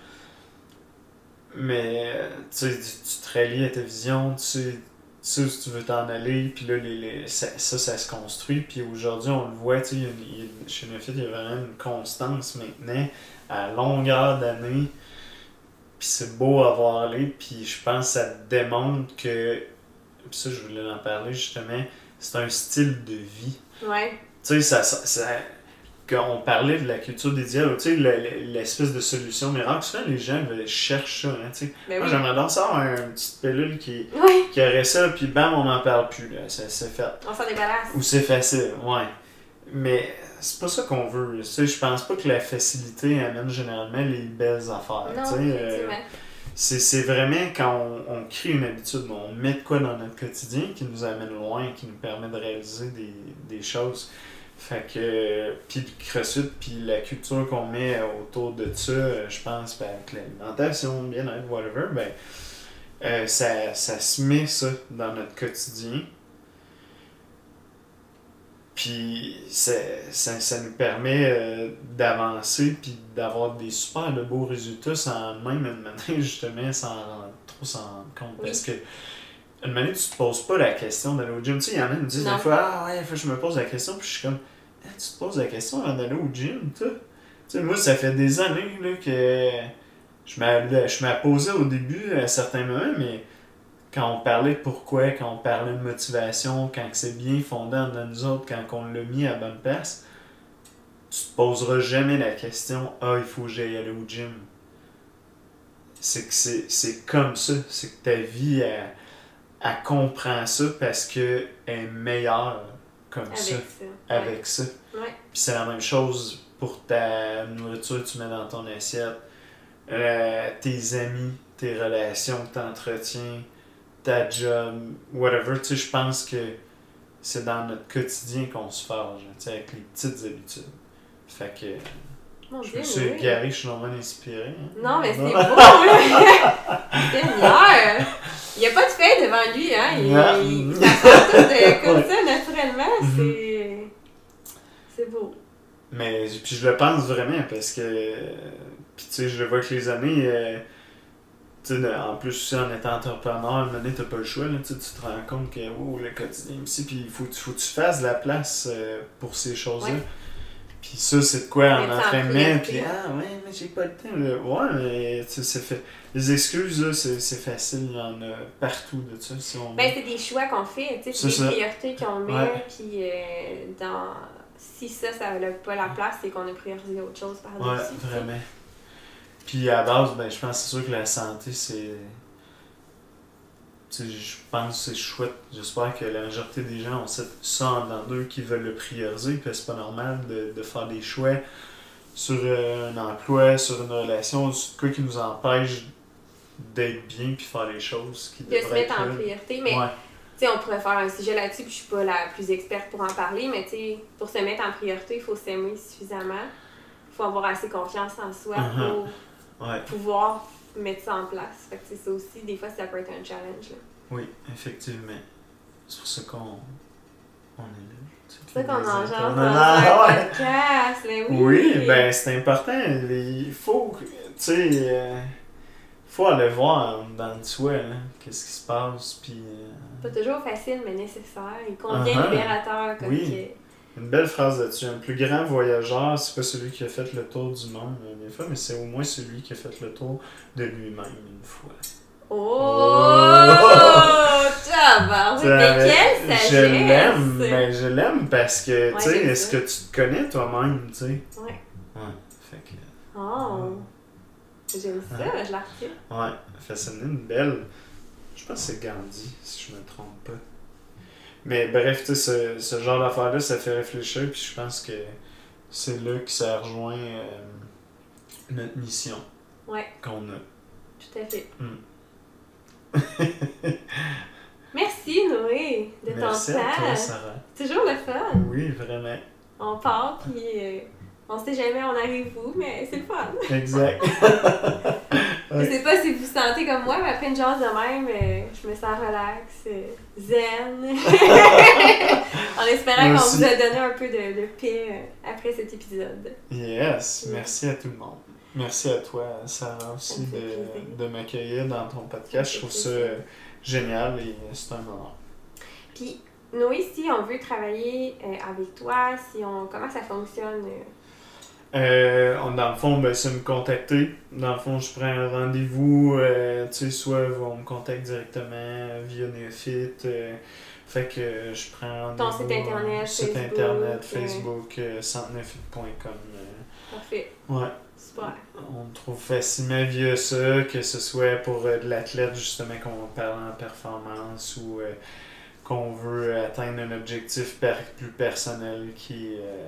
Mais euh, tu sais, tu, tu te rallies à ta vision, tu sais, tu sais où tu veux t'en aller, puis là, les, les, ça, ça, ça se construit. Puis aujourd'hui, on le voit, tu sais, il y a une- il y a- chez Nefit, il y a vraiment une constance maintenant, à longueur d'année. Puis c'est beau à voir aller, puis je pense que ça démontre que, puis ça, je voulais en parler justement, c'est un style de vie. Ouais. Tu sais, ça, ça, ça- quand on parlait de la culture des dialogues, tu sais, le- le- l'espèce de solution miracle, souvent les gens veulent- cherchent ça, hein, tu sais. Ben Moi, oui. j'aimerais donc savoir une petite pilule qui, Oui. qui aurait ça, puis bam, on n'en parle plus, là, ça, c'est fait. On s'en débarrasse. Ou c'est facile, ouais. Mais c'est pas ça qu'on veut, tu sais, je pense pas que la facilité amène généralement les belles affaires, Non, tu sais. euh, effectivement. c'est, c'est vraiment quand on, on crée une habitude, on met de quoi dans notre quotidien qui nous amène loin, qui nous permet de réaliser des, des choses. Fait que, euh, puis le CrossFit, puis la culture qu'on met autour de ça, euh, je pense, ben, avec l'alimentation, bien-être, whatever, ben, euh, ça, ça se met ça dans notre quotidien. Puis ça, ça, ça nous permet euh, d'avancer puis d'avoir des super de beaux résultats sans même une manière justement sans rendre- trop s'en rendre compte. Oui. Parce que une manière tu te poses pas la question d'aller au gym. Tu sais, il y en a qui me disent Non. des fois ah ouais, faut que je me pose la question, puis je suis comme ah, tu te poses la question avant d'aller au gym, toi? Tu sais, moi ça fait des années là, que je m'ai je m'ai posé au début à certains moments, mais quand on parlait de pourquoi, quand on parlait de motivation, quand c'est bien fondé en nous autres, quand on l'a mis à la bonne place, tu te poseras jamais la question « Ah, il faut que j'aille aller au gym ». C'est que c'est, c'est comme ça. C'est que ta vie, elle, elle comprend ça parce qu'elle est meilleure comme avec ça. ça. Avec ouais. ça. Ouais. Puis c'est la même chose pour ta nourriture que tu mets dans ton assiette, euh, tes amis, tes relations que tu entretiens, ta job, whatever. Tu sais, je pense que c'est dans notre quotidien qu'on se forge, tu sais, avec les petites habitudes. Fait que Mon je Dieu, me suis oui. égaré, je suis normalement inspiré. Hein? Non, mais c'est beau, là! Seigneur! Il n'y a pas de fait devant lui, hein? Il, Non. il, il apprend tout de, comme Ouais. ça, naturellement. Mhm. C'est... C'est beau. Mais puis je le pense vraiment parce que puis tu sais je le vois que les années euh, tu sais en plus aussi en étant entrepreneur à un moment donné t'as pas le choix là, tu te rends compte que oh, le quotidien aussi puis il faut, faut que tu fasses de la place euh, pour ces choses là Ouais. puis ça c'est de quoi en Mettre ça en entraînement priorité. puis ah ouais mais j'ai pas le temps là. Ouais mais tu sais c'est fait les excuses là c'est, c'est facile il y en a partout de ça si on Ben, c'est des choix qu'on fait, tu sais, C'est c'est des ça. priorités qu'on met, Ouais. puis euh, dans... Si ça, ça n'a pas la place, c'est qu'on a priorisé autre chose ouais par-dessus. tu sais. vraiment puis à la base ben je pense que c'est sûr que la santé c'est tu sais, je pense que c'est chouette. J'espère que la majorité des gens ont ça en dedans d'eux qui veulent le prioriser, puis c'est pas normal de, de faire des choix sur euh, un emploi, sur une relation, sur quoi qui nous empêche d'être bien puis faire les choses qui De devraient se mettre être en là. priorité, mais Ouais, tu sais, on pourrait faire un sujet là-dessus, puis je suis pas la plus experte pour en parler, mais tu sais, pour se mettre en priorité, il faut s'aimer suffisamment. Il faut avoir assez confiance en soi Mhm. pour ouais, pouvoir mettre ça en place. Fait que c'est ça aussi, des fois, ça peut être un challenge. là. oui, effectivement. C'est pour ça qu'on on est là. C'est ça qu'on en genre On dans en un a- ouais. podcast, mais oui! Oui, ben c'est important. Il faut, tu sais, euh, faut aller voir dans le soi, hein, qu'est-ce qui se passe, puis... euh, Pas toujours facile, mais nécessaire. Il convient Uh-huh. libérateur comme Oui. Une belle phrase là-dessus. Un plus grand voyageur, c'est pas celui qui a fait le tour du monde une fois, mais c'est au moins celui qui a fait le tour de lui-même une fois. que... Oh! Tabarouette! Mais quelle sagesse! Je l'aime, mais je l'aime parce que, Ouais, tu sais, j'aime est-ce ça. que tu te connais toi-même, tu sais? Ouais. Ouais, fait que... Oh! J'aime ça, je la retiens. Ouais, fait ça donne une belle... Je pense que c'est Gandhi, si je me trompe pas. Mais bref, tu sais, ce, ce genre d'affaires-là, ça fait réfléchir, puis je pense que c'est là que ça rejoint euh, notre mission Ouais, qu'on a. tout à fait. Mm. Merci, Noé, de Merci ton à toi, temps. Sarah. Toujours le fun. Oui, vraiment. On part, puis euh, on sait jamais on arrive où, mais c'est le fun. Exact. Je sais pas si vous vous sentez comme moi, mais après une journée de même, euh, je me sens relax, euh, zen. En espérant Moi qu'on aussi. vous a donné un peu de, de paix euh, après cet épisode. Yes, Oui. merci à tout le monde. Merci à toi, Sarah, aussi, Ça me fait de, plaisir. de m'accueillir dans ton podcast. Ça me Je fait trouve ça plaisir. euh, génial et euh, c'est un honneur. Puis, Noé, si on veut travailler euh, avec toi, si on comment ça fonctionne? euh? Euh, on- dans le fond, ben, c'est me contacter. Dans le fond, je prends un rendez-vous. Euh, tu sais, soit ils vont me contacter directement via Néophyte. Euh, fait que euh, je prends rendez-vous. Ton site internet, site Facebook, internet, euh. Facebook, euh, centre néophyte point com. euh, Parfait, ouais. super. On me trouve facilement via ça, que ce soit pour euh, de l'athlète, justement, qu'on parle en performance ou euh, qu'on veut atteindre un objectif per- plus personnel qui. Euh,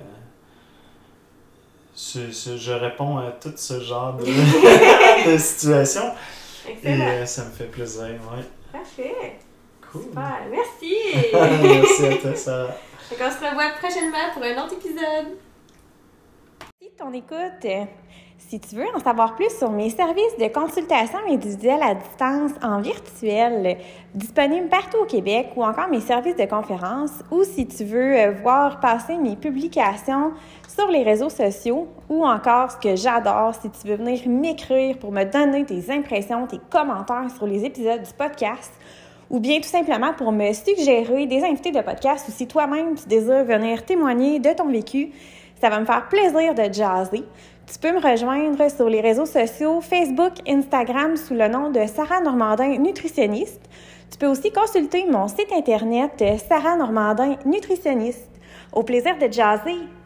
c'est- c'est- je réponds à tout ce genre de, de situations et Excellent. euh, ça me fait plaisir. Ouais. Parfait. Cool. Super. Merci. Merci à toi, Sarah. Donc, on se revoit prochainement pour un autre épisode. Merci de ton écoute. Si tu veux en savoir plus sur mes services de consultation individuelle à distance en virtuel, disponibles partout au Québec, ou encore mes services de conférence, ou si tu veux voir passer mes publications sur les réseaux sociaux, ou encore ce que j'adore, si tu veux venir m'écrire pour me donner tes impressions, tes commentaires sur les épisodes du podcast, ou bien tout simplement pour me suggérer des invités de podcast, ou si toi-même tu désires venir témoigner de ton vécu, ça va me faire plaisir de jaser. Tu peux me rejoindre sur les réseaux sociaux Facebook, Instagram sous le nom de Sarah Normandin Nutritionniste. Tu peux aussi consulter mon site internet Sarah Normandin Nutritionniste. Au plaisir de jaser!